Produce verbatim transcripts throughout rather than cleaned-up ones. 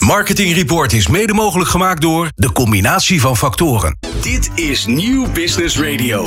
Marketing Report is mede mogelijk gemaakt door de combinatie van factoren. Dit is Nieuw Business Radio.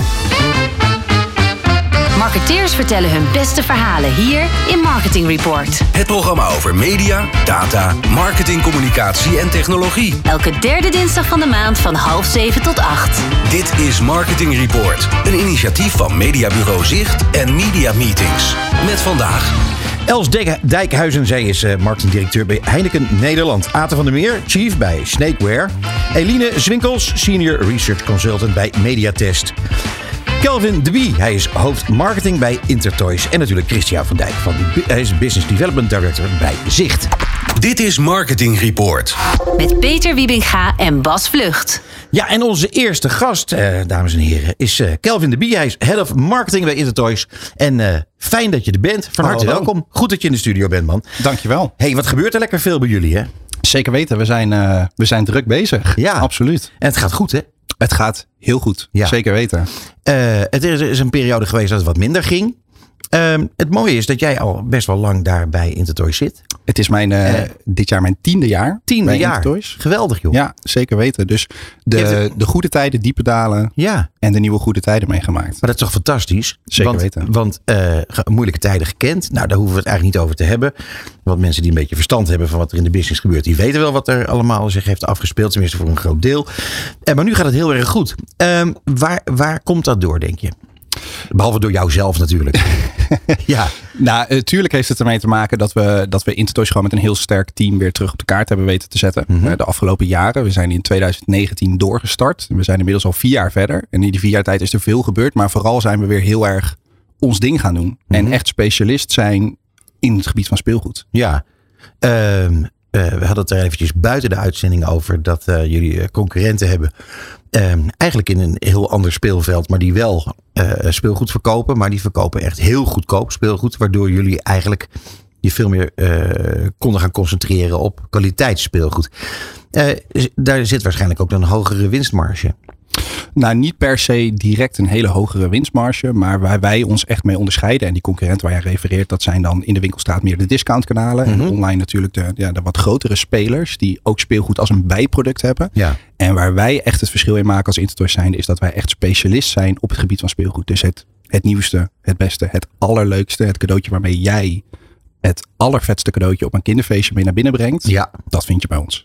Marketeers vertellen hun beste verhalen hier in Marketing Report. Het programma over media, data, marketing, communicatie en technologie. Elke derde dinsdag van de maand van half zeven tot acht. Dit is Marketing Report, een initiatief van Mediabureau Zicht en Media Meetings. Met vandaag Els Dijkhuizen, zij is uh, marketingdirecteur bij Heineken Nederland. Aten van der Meer, chief bij Snakeware. Eline Zwinkels, senior research consultant bij Mediatest. Kelvin de Bie, hij is hoofd marketing bij Intertoys. En natuurlijk Christian van Dijk, van de, hij is business development director bij Zicht. Dit is Marketing Report. Met Peter Wiebinga en Bas Vlucht. Ja, en onze eerste gast, uh, dames en heren, is uh, Kelvin de Bie. Hij is head of marketing bij Intertoys. En uh, fijn dat je er bent. Van harte Hallo. welkom. Goed dat je in de studio bent, man. Dankjewel. Hey, wat gebeurt er lekker veel bij jullie, hè? Zeker weten, we zijn, uh, we zijn druk bezig. Ja. Absoluut. En het gaat goed, hè? Het gaat heel goed. Ja. Zeker weten. Uh, het is, is een periode geweest dat het wat minder ging. Uh, het mooie is dat jij al best wel lang daar bij Intertoys zit. Het is mijn, uh, uh, dit jaar mijn tiende jaar. Tiende bij jaar. Intertoys. Geweldig, joh. Ja, zeker weten. Dus de, hebt... de goede tijden, diepe dalen Ja. en de nieuwe goede tijden meegemaakt. Maar dat is toch fantastisch? Zeker want, weten. Want uh, moeilijke tijden gekend. Nou, daar hoeven we het eigenlijk niet over te hebben. Want mensen die een beetje verstand hebben van wat er in de business gebeurt, die weten wel wat er allemaal zich heeft afgespeeld. Tenminste voor een groot deel. Uh, maar nu gaat het heel erg goed. Uh, waar, waar komt dat door, denk je? Behalve door jouzelf natuurlijk. Ja. Nou, natuurlijk heeft het ermee te maken dat we, dat we Intertoys gewoon met een heel sterk team weer terug op de kaart hebben weten te zetten. Mm-hmm. De afgelopen jaren. We zijn in twintig negentien doorgestart. We zijn inmiddels al vier jaar verder. En in die vier jaar tijd is er veel gebeurd. Maar vooral zijn we weer heel erg ons ding gaan doen. Mm-hmm. En echt specialist zijn in het gebied van speelgoed. Ja. Um, uh, we hadden het er eventjes buiten de uitzending over dat uh, jullie uh, concurrenten hebben. Um, eigenlijk in een heel ander speelveld, maar die wel uh, speelgoed verkopen. Maar die verkopen echt heel goedkoop speelgoed. Waardoor jullie eigenlijk je veel meer uh, konden gaan concentreren op kwaliteitsspeelgoed. Uh, daar zit waarschijnlijk ook een hogere winstmarge. Nou, niet per se direct een hele hogere winstmarge. Maar waar wij ons echt mee onderscheiden. En die concurrenten waar jij refereert, dat zijn dan in de winkelstraat meer de discountkanalen. Mm-hmm. En online natuurlijk de, ja, de wat grotere spelers. Die ook speelgoed als een bijproduct hebben. Ja. En waar wij echt het verschil in maken als Intertoys zijn, is dat wij echt specialist zijn op het gebied van speelgoed. Dus het, het nieuwste, het beste, het allerleukste. Het cadeautje waarmee jij het allervetste cadeautje op een kinderfeestje mee naar binnen brengt. Ja. Dat vind je bij ons.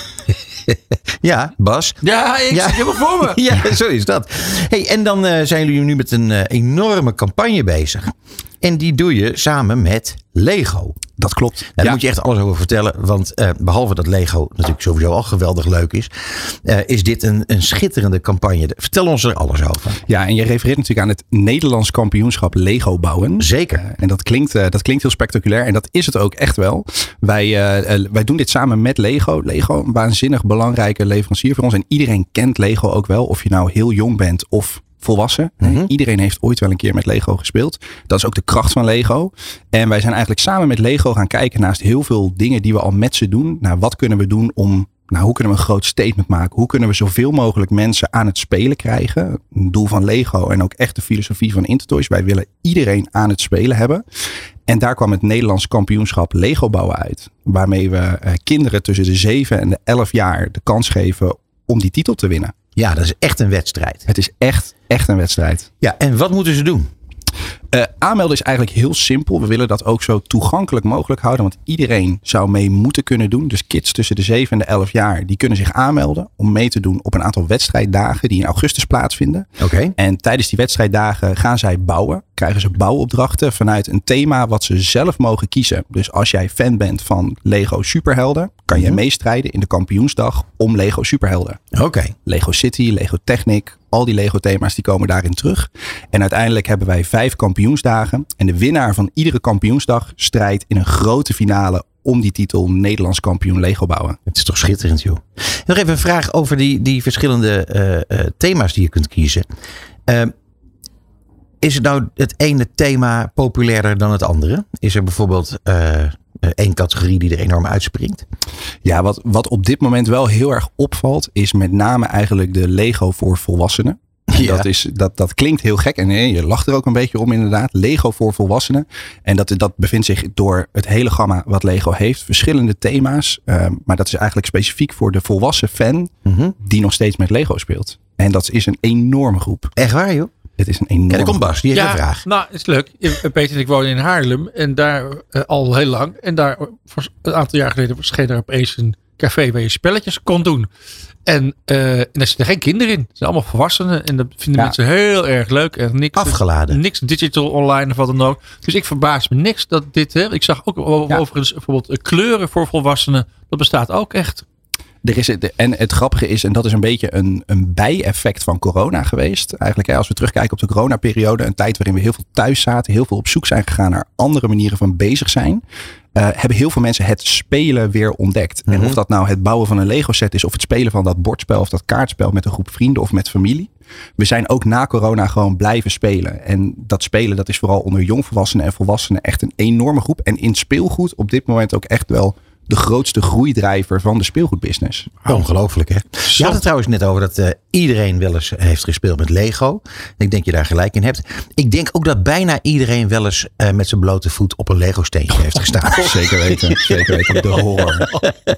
Ja, Bas. Ja, ik ja. zit helemaal voor me. Ja, zo is dat. Hey, en dan uh, zijn jullie nu met een uh, enorme campagne bezig. En die doe je samen met Lego. Dat klopt. Nou, daar ja. moet je echt alles over vertellen. Want uh, behalve dat Lego natuurlijk sowieso al geweldig leuk is. Uh, is dit een, een schitterende campagne. Vertel ons er alles over. Ja, en je refereert natuurlijk aan het Nederlands kampioenschap Lego bouwen. Zeker. Uh, en dat klinkt, uh, dat klinkt heel spectaculair. En dat is het ook echt wel. Wij, uh, uh, wij doen dit samen met Lego. Lego, een waanzinnig belangrijke leverancier voor ons. En iedereen kent Lego ook wel. Of je nou heel jong bent of volwassen. Mm-hmm. Iedereen heeft ooit wel een keer met Lego gespeeld. Dat is ook de kracht van Lego. En wij zijn eigenlijk samen met Lego gaan kijken naast heel veel dingen die we al met ze doen. Nou, wat kunnen we doen om, nou, hoe kunnen we een groot statement maken? Hoe kunnen we zoveel mogelijk mensen aan het spelen krijgen? Een doel van Lego en ook echt de filosofie van Intertoys. Wij willen iedereen aan het spelen hebben. En daar kwam het Nederlands kampioenschap Lego bouwen uit. Waarmee we uh, kinderen tussen de zeven en de elf jaar de kans geven om die titel te winnen. Ja, dat is echt een wedstrijd. Het is echt, echt een wedstrijd. Ja, en wat moeten ze doen? Uh, aanmelden is eigenlijk heel simpel. We willen dat ook zo toegankelijk mogelijk houden. Want iedereen zou mee moeten kunnen doen. Dus kids tussen de zeven en de elf jaar. Die kunnen zich aanmelden om mee te doen op een aantal wedstrijddagen. Die in augustus plaatsvinden. Okay. En tijdens die wedstrijddagen gaan zij bouwen. Krijgen ze bouwopdrachten vanuit een thema wat ze zelf mogen kiezen. Dus als jij fan bent van Lego Superhelden. Kan mm-hmm. je meestrijden in de kampioensdag om Lego Superhelden. Oké. Okay. Lego City, Lego Technic. Al die Lego thema's die komen daarin terug. En uiteindelijk hebben wij vijf kampioensdagen. En de winnaar van iedere kampioensdag strijdt in een grote finale om die titel Nederlands kampioen Lego bouwen. Het is toch schitterend, joh. Nog even een vraag over die, die verschillende uh, uh, thema's die je kunt kiezen. Uh, is het nou het ene thema populairder dan het andere? Is er bijvoorbeeld uh, één categorie die er enorm uitspringt? Ja, wat, wat op dit moment wel heel erg opvalt, is met name eigenlijk de Lego voor volwassenen. Uh, En Ja. dat, is, dat, dat klinkt heel gek. En nee, je lacht er ook een beetje om inderdaad. Lego voor volwassenen. En dat, dat bevindt zich door het hele gamma wat Lego heeft. Verschillende thema's. Um, maar dat is eigenlijk specifiek voor de volwassen fan Mhm. die nog steeds met Lego speelt. En dat is een enorme groep. Echt waar, joh? Het is een enorme Ja, daar komt groep. Bas, die heeft Ja, een vraag. nou, het is leuk. Peter en ik wonen in Haarlem. En daar uh, al heel lang. En daar voor een aantal jaar geleden verscheen er opeens een café waar je spelletjes kon doen. En, uh, en daar zitten geen kinderen in. Het zijn allemaal volwassenen. En dat vinden Ja. mensen heel erg leuk. En niks, Afgeladen. Niks digital online of wat dan ook. Dus ik verbaas me niks dat dit... Hè, ik zag ook o- Ja. overigens bijvoorbeeld uh, kleuren voor volwassenen. Dat bestaat ook echt. Er is het, en het grappige is, en dat is een beetje een, een bijeffect van corona geweest. Eigenlijk hè, als we terugkijken op de coronaperiode. Een tijd waarin we heel veel thuis zaten. Heel veel op zoek zijn gegaan naar andere manieren van bezig zijn. Uh, hebben heel veel mensen het spelen weer ontdekt. Mm-hmm. En of dat nou het bouwen van een Lego set is. Of het spelen van dat bordspel of dat kaartspel met een groep vrienden of met familie. We zijn ook na corona gewoon blijven spelen. En dat spelen dat is vooral onder jongvolwassenen en volwassenen echt een enorme groep. En in speelgoed op dit moment ook echt wel de grootste groeidrijver van de speelgoedbusiness. Ongelooflijk, hè? Je had het trouwens net over dat uh, iedereen wel eens heeft gespeeld met Lego. Ik denk je daar gelijk in hebt. Ik denk ook dat bijna iedereen wel eens uh, met zijn blote voet op een Lego steentje heeft gestaan. Zeker weten. Zeker weten. De horror.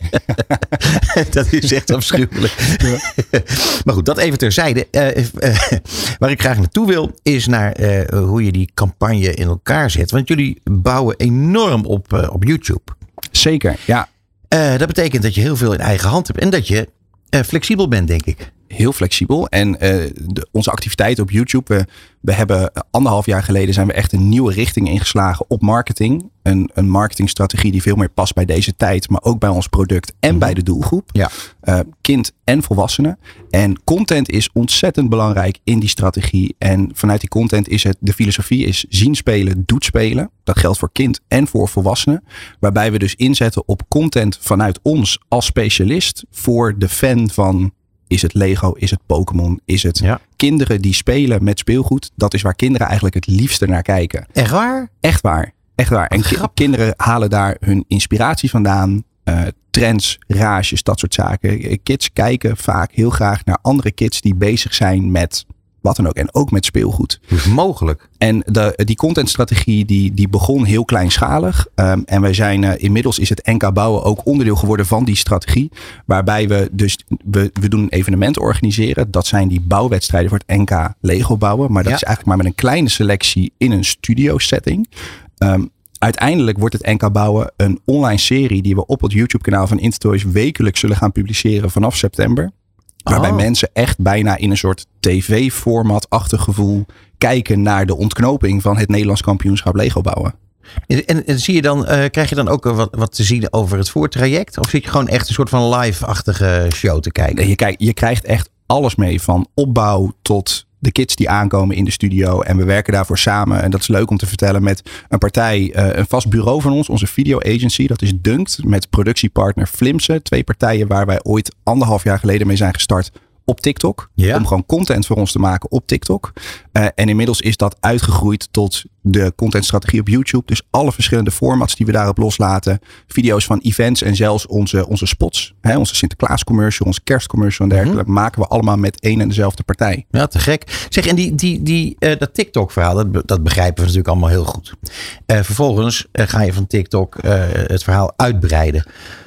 Dat is echt afschuwelijk. Ja. Maar goed, dat even terzijde. Uh, uh, waar ik graag naartoe wil, is naar uh, hoe je die campagne in elkaar zet. Want jullie bouwen enorm op, uh, op YouTube. Zeker, ja. Uh, dat betekent dat je heel veel in eigen hand hebt. En dat je uh, flexibel bent, denk ik. Heel flexibel. En uh, de, onze activiteiten op YouTube. We, we hebben anderhalf jaar geleden zijn we echt een nieuwe richting ingeslagen op marketing. Een, een marketingstrategie die veel meer past bij deze tijd. Maar ook bij ons product en bij de doelgroep. Ja. Uh, kind en volwassenen. En content is ontzettend belangrijk in die strategie. En vanuit die content is het, de filosofie is zien spelen, doet spelen. Dat geldt voor kind en voor volwassenen. Waarbij we dus inzetten op content vanuit ons als specialist. Voor de fan van... Is het Lego? Is het Pokémon? Is het ja. kinderen die spelen met speelgoed? Dat is waar kinderen eigenlijk het liefste naar kijken. Echt waar? Echt waar. Echt waar. En ki- kinderen halen daar hun inspiratie vandaan. Uh, trends, rages, dat soort zaken. Kids kijken vaak heel graag naar andere kids die bezig zijn met wat dan ook. En ook met speelgoed. Dat is mogelijk. En de, die contentstrategie die, die begon heel kleinschalig. Um, en wij zijn uh, inmiddels is het N K Bouwen ook onderdeel geworden van die strategie. Waarbij we dus, we, we doen een evenement organiseren. Dat zijn die bouwwedstrijden voor het N K Lego bouwen. Maar dat ja. is eigenlijk maar met een kleine selectie in een studio setting. Um, Uiteindelijk wordt het N K Bouwen een online serie die we op het YouTube kanaal van Intertoys wekelijks zullen gaan publiceren vanaf september. Waarbij oh. mensen echt bijna in een soort tv-format-achtig gevoel kijken naar de ontknoping van het Nederlands kampioenschap Lego bouwen. En, en, en zie je dan, uh, krijg je dan ook wat, wat te zien over het voortraject? Of zit je gewoon echt een soort van live-achtige show te kijken? Nee, je, kijk, je krijgt echt alles mee. Van opbouw tot de kids die aankomen in de studio. En we werken daarvoor samen. En dat is leuk om te vertellen met een partij, uh, een vast bureau van ons. Onze video agency. Dat is Dunkt. Met productiepartner Flimse. Twee partijen waar wij ooit anderhalf jaar geleden mee zijn gestart. Op TikTok. Ja. Om gewoon content voor ons te maken op TikTok. Uh, en inmiddels is dat uitgegroeid tot de contentstrategie op YouTube. Dus alle verschillende formats die we daarop loslaten. Video's van events en zelfs onze, onze spots. Hè, onze Sinterklaas commercial, onze kerstcommercial en dergelijke. Mm-hmm. Maken we allemaal met één en dezelfde partij. Ja, te gek. Zeg, en die, die, die, uh, dat TikTok verhaal, dat, dat begrijpen we natuurlijk allemaal heel goed. Uh, vervolgens uh, ga je van TikTok uh, het verhaal uitbreiden.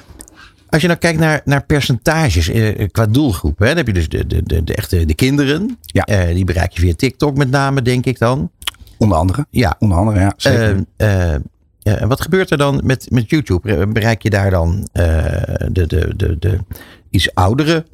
Als je nou kijkt naar, naar percentages eh, qua doelgroep. Hè, dan heb je dus de, de, de, de echte de kinderen. Ja. Eh, die bereik je via TikTok met name, denk ik dan. Onder andere. Ja. Onder andere, ja. Zeker. Uh, uh, uh, wat gebeurt er dan met, met YouTube? Bereik je daar dan uh, de, de, de, de iets oudere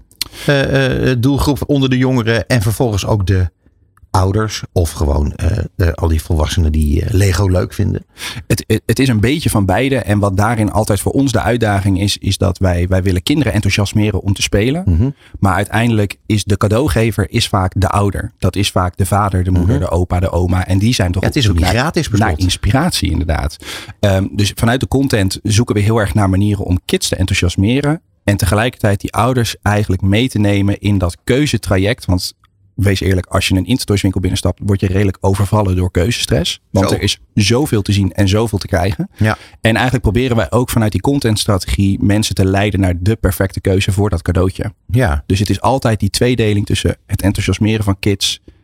uh, uh, doelgroep onder de jongeren. En vervolgens ook de ouders of gewoon uh, de, al die volwassenen die uh, Lego leuk vinden? Het, het, het is een beetje van beide. En wat daarin altijd voor ons de uitdaging is, is dat wij, wij willen kinderen enthousiasmeren om te spelen. Mm-hmm. Maar uiteindelijk is de cadeaugever is vaak de ouder. Dat is vaak de vader, de moeder, mm-hmm. de opa, de oma. En die zijn toch ja, het is ook niet naar, gratis naar inspiratie inderdaad. Um, dus vanuit de content zoeken we heel erg naar manieren om kids te enthousiasmeren. En tegelijkertijd die ouders eigenlijk mee te nemen in dat keuzetraject. Want wees eerlijk, als je een Intertoys winkel binnenstapt, word je redelijk overvallen door keuzestress. Want Zo. er is zoveel te zien en zoveel te krijgen. Ja. En eigenlijk proberen wij ook vanuit die contentstrategie mensen te leiden naar de perfecte keuze voor dat cadeautje. Ja. Dus het is altijd die tweedeling tussen het enthousiasmeren van kids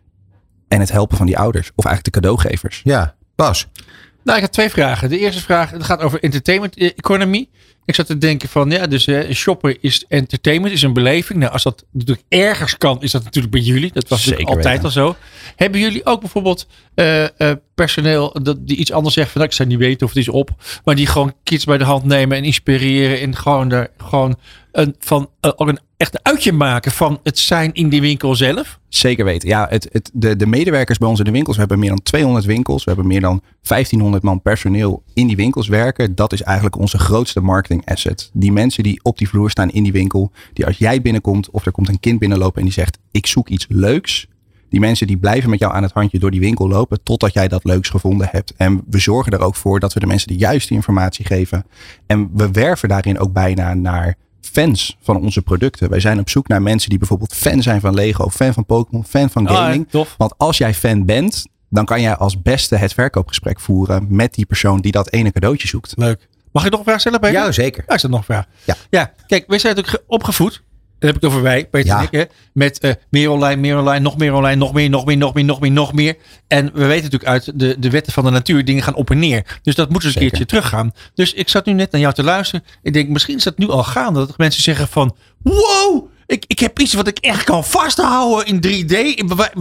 en het helpen van die ouders. Of eigenlijk de cadeaugevers. Ja, Bas. Nou, ik heb twee vragen. De eerste vraag het gaat over entertainment economy. Ik zat te denken van, ja, dus uh, shoppen is entertainment, is een beleving. Nou, als dat natuurlijk ergens kan, is dat natuurlijk bij jullie. Dat was Zeker natuurlijk altijd weten. al zo. Hebben jullie ook bijvoorbeeld uh, uh, personeel dat die iets anders zegt van, nou, ik zou niet weten of het is op, maar die gewoon kids bij de hand nemen en inspireren en gewoon er gewoon een, van, uh, ook een echt een uitje maken van het zijn in die winkel zelf? Zeker weten. Ja, het, het, de, de medewerkers bij ons in de winkels. We hebben meer dan tweehonderd winkels. We hebben meer dan vijftienhonderd man personeel in die winkels werken. Dat is eigenlijk onze grootste marketing asset. Die mensen die op die vloer staan in die winkel. Die als jij binnenkomt of er komt een kind binnenlopen en die zegt ik zoek iets leuks. Die mensen die blijven met jou aan het handje door die winkel lopen totdat jij dat leuks gevonden hebt. En we zorgen er ook voor dat we de mensen de juiste informatie geven. En we werven daarin ook bijna naar fans van onze producten. Wij zijn op zoek naar mensen die bijvoorbeeld fan zijn van Lego, fan van Pokémon, fan van gaming. Oh, tof. Want als jij fan bent, dan kan jij als beste het verkoopgesprek voeren met die persoon die dat ene cadeautje zoekt. Leuk. Mag ik nog een vraag stellen, Peter? Ja, zeker. Ja, is dat nog een vraag? Ja. Ja, kijk, wij zijn natuurlijk ge- opgevoed. Dan heb ik het over wij, Peter Ja. en ik. Hè, met uh, meer online, meer online, nog meer online, nog meer, nog meer, nog meer, nog meer, nog meer. En we weten natuurlijk uit de, de wetten van de natuur, dingen gaan op en neer. Dus dat moet dus een Zeker. keertje teruggaan. Dus ik zat nu net naar jou te luisteren. Ik denk, misschien is dat nu al gaande. Dat mensen zeggen van, wow, ik, ik heb iets wat ik echt kan vasthouden in drie D.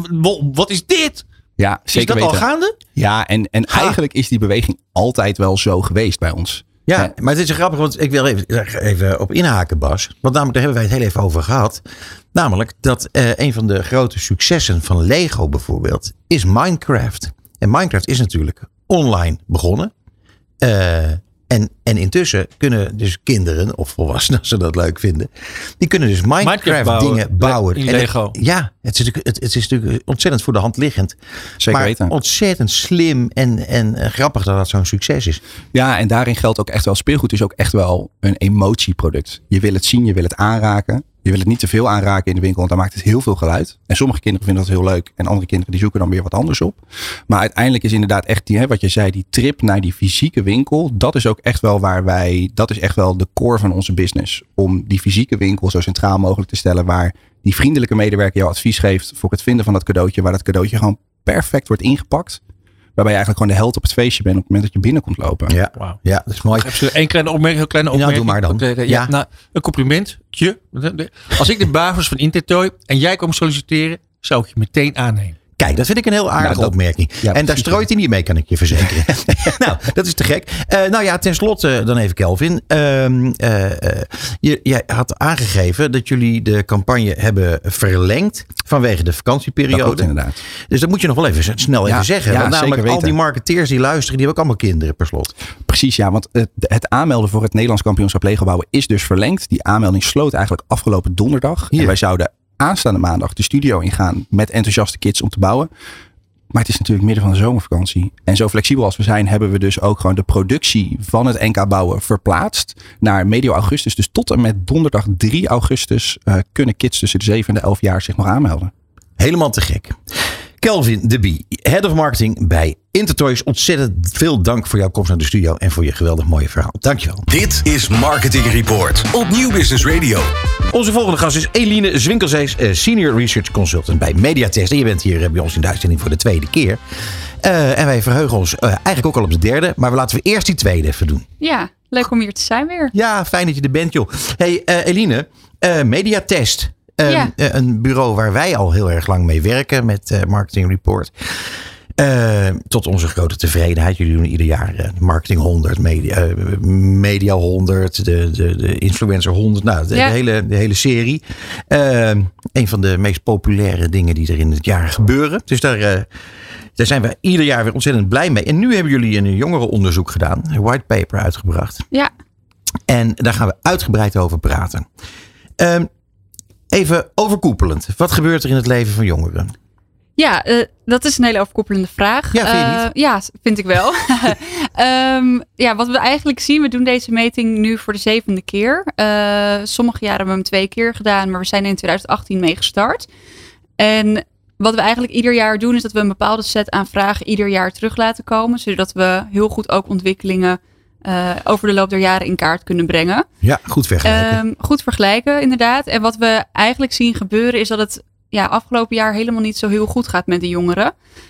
Wat is dit? Ja, Is zeker dat al weten. gaande? Ja, en, en Ha. eigenlijk is die beweging altijd wel zo geweest bij ons. Ja, Ja. maar het is grappig, want ik wil even, even op inhaken, Bas. Want namelijk, daar hebben wij het heel even over gehad. Namelijk dat uh, een van de grote successen van Lego bijvoorbeeld is Minecraft. En Minecraft is natuurlijk online begonnen. Uh, en, en intussen kunnen dus kinderen of volwassenen, als ze dat leuk vinden, die kunnen dus Minecraft, Minecraft bouwen. dingen bouwen. In En Lego. Het, ja, het is, natuurlijk, het, het is natuurlijk ontzettend voor de hand liggend. Zeker maar weten. ontzettend slim en, en uh, grappig dat dat zo'n succes is. Ja, en daarin geldt ook echt wel, speelgoed is ook echt wel een emotieproduct. Je wil het zien, je wil het aanraken. Je wil het niet te veel aanraken in de winkel, want dan maakt het heel veel geluid. En sommige kinderen vinden dat heel leuk. En andere kinderen die zoeken dan weer wat anders op. Maar uiteindelijk is inderdaad echt die, hè, wat je zei, die trip naar die fysieke winkel. Dat is ook echt wel waar wij, dat is echt wel de core van onze business. Om die fysieke winkel zo centraal mogelijk te stellen. Waar die vriendelijke medewerker jou advies geeft voor het vinden van dat cadeautje. Waar dat cadeautje gewoon perfect wordt ingepakt. Waarbij je eigenlijk gewoon de held op het feestje bent op het moment dat je binnenkomt lopen. Ja, Wauw. ja, dat is mooi. Heb ze één kleine opmerking, heel kleine Nou, opmerking. doe maar dan. Oké, ja, Ja. nou, een complimentje. Als ik de baas was van Intertoy en jij komt solliciteren, zou ik je meteen aannemen. Kijk, dat vind ik een heel aardige Nou, dat- opmerking. ja, en daar precies, strooit hij niet mee, kan ik je verzekeren. Nou, dat is te gek. Uh, nou ja, tenslotte dan even Kelvin. Uh, uh, uh, je, jij had aangegeven dat jullie de campagne hebben verlengd vanwege de Dat vakantieperiode. klopt inderdaad. Dus dat moet je nog wel even snel Ja, even zeggen. ja, Want namelijk zeker al weten. die marketeers die luisteren, die hebben ook allemaal kinderen per slot. Precies, ja. Want het, het aanmelden voor het Nederlands kampioenschap Lego bouwen is dus verlengd. Die aanmelding sloot eigenlijk afgelopen donderdag. Hier. En wij zouden aanstaande maandag de studio ingaan met enthousiaste kids om te bouwen. Maar het is natuurlijk midden van de zomervakantie. En zo flexibel als we zijn, hebben we dus ook gewoon de productie van het N K bouwen verplaatst naar medio augustus. Dus tot en met donderdag drie augustus uh, kunnen kids tussen de zeven en de elf jaar zich nog aanmelden. Helemaal te gek. Kelvin de Bie, Head of Marketing bij Intertoys. Ontzettend veel dank voor jouw komst naar de studio en voor je geweldig mooie verhaal. Dankjewel. Dit is Marketing Report op Nieuw Business Radio. Onze volgende gast is Eline Zwinkelzees, eh, Senior Research Consultant bij Mediatest. En je bent hier eh, bij ons in de uitzending voor de tweede keer. Uh, en wij verheugen ons uh, eigenlijk ook al op de derde. Maar we laten we eerst die tweede even doen. Ja, leuk om hier te zijn weer. Ja, fijn dat je er bent, joh. Hey uh, Eline, uh, Mediatest. Um, Ja. uh, een bureau waar wij al heel erg lang mee werken met uh, Marketing Report. Uh, tot onze grote tevredenheid. Jullie doen ieder jaar uh, Marketing honderd, Media, uh, Media honderd, de, de, de Influencer honderd. Nou, de, Ja. de, hele, de hele serie. Uh, een van de meest populaire dingen die er in het jaar gebeuren. Dus daar, uh, daar zijn we ieder jaar weer ontzettend blij mee. En nu hebben jullie een jongerenonderzoek gedaan. Een white paper uitgebracht. Ja, En daar gaan we uitgebreid over praten. Um, even overkoepelend. Wat gebeurt er in het leven van jongeren? ja uh, dat is een hele overkoepelende vraag. Ja, vind je Uh, niet? ja, vind ik wel. um, ja, wat we eigenlijk zien, we doen deze meting nu voor de zevende keer. Uh, sommige jaren hebben we hem twee keer gedaan, maar we zijn in twintig achttien mee gestart. En wat we eigenlijk ieder jaar doen, is dat we een bepaalde set aan vragen ieder jaar terug laten komen. Zodat we heel goed ook ontwikkelingen uh, over de loop der jaren in kaart kunnen brengen. Ja, goed vergelijken. Um, goed vergelijken, inderdaad. En wat we eigenlijk zien gebeuren is dat het ja, afgelopen jaar helemaal niet zo heel goed gaat met de jongeren.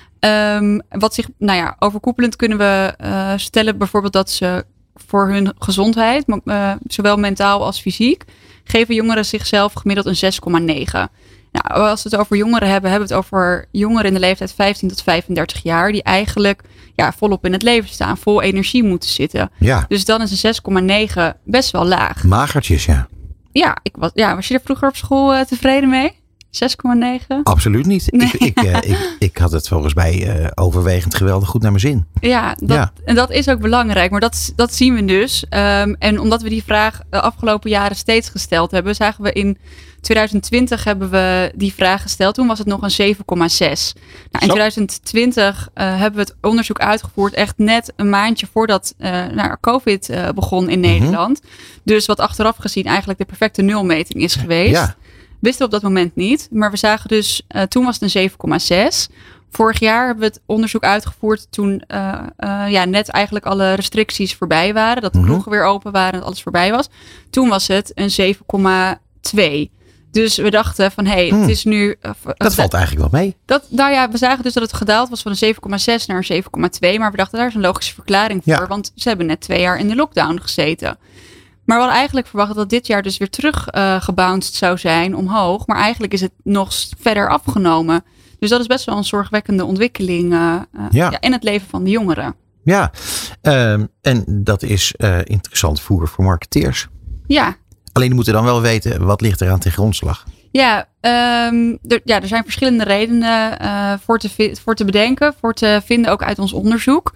Um, wat zich, nou ja, overkoepelend kunnen we uh, stellen bijvoorbeeld dat ze voor hun gezondheid, uh, zowel mentaal als fysiek, geven jongeren zichzelf gemiddeld een zes komma negen. Nou, als we het over jongeren hebben, hebben we het over jongeren in de leeftijd vijftien tot vijfendertig jaar, die eigenlijk ja, volop in het leven staan, vol energie moeten zitten. Ja. Dus dan is een zes komma negen best wel laag. Magertjes, ja. Ja, ik was, ja, was je er vroeger op school uh, tevreden mee? zes komma negen? Absoluut niet. Nee. Ik, ik, uh, ik, ik had het volgens mij uh, overwegend geweldig goed naar mijn zin. Ja, dat, Ja. en dat is ook belangrijk. Maar dat, dat zien we dus. Um, en omdat we die vraag de afgelopen jaren steeds gesteld hebben, zagen we in twintig twintig hebben we die vraag gesteld. Toen was het nog een zeven komma zes. Nou, in twintig twintig uh, hebben we het onderzoek uitgevoerd echt net een maandje voordat uh, nou, COVID uh, begon in Nederland. Mm-hmm. Dus wat achteraf gezien eigenlijk de perfecte nulmeting is geweest. Ja. Wisten we op dat moment niet. Maar we zagen dus, uh, toen was het een zeven komma zes. Vorig jaar hebben we het onderzoek uitgevoerd toen uh, uh, ja, net eigenlijk alle restricties voorbij waren. Dat de Mm-hmm. kroegen weer open waren en alles voorbij was. Toen was het een zeven komma twee. Dus we dachten van, hé, hey, Hmm. het is nu... Uh, Dat valt eigenlijk wel mee. Dat, nou ja, we zagen dus dat het gedaald was van een zeven komma zes naar een zeven komma twee. Maar we dachten, daar is een logische verklaring voor. Ja. Want ze hebben net twee jaar in de lockdown gezeten. Maar we hadden eigenlijk verwacht dat dit jaar dus weer terug uh, gebounced zou zijn omhoog. Maar eigenlijk is het nog verder afgenomen. Dus dat is best wel een zorgwekkende ontwikkeling uh, uh, Ja. ja, in het leven van de jongeren. Ja, um, en dat is uh, interessant voer voor marketeers. Ja, Alleen die moeten dan wel weten, wat ligt eraan ten grondslag? Ja, um, er, ja, er zijn verschillende redenen uh, voor, te vi- voor te bedenken, voor te vinden ook uit ons onderzoek.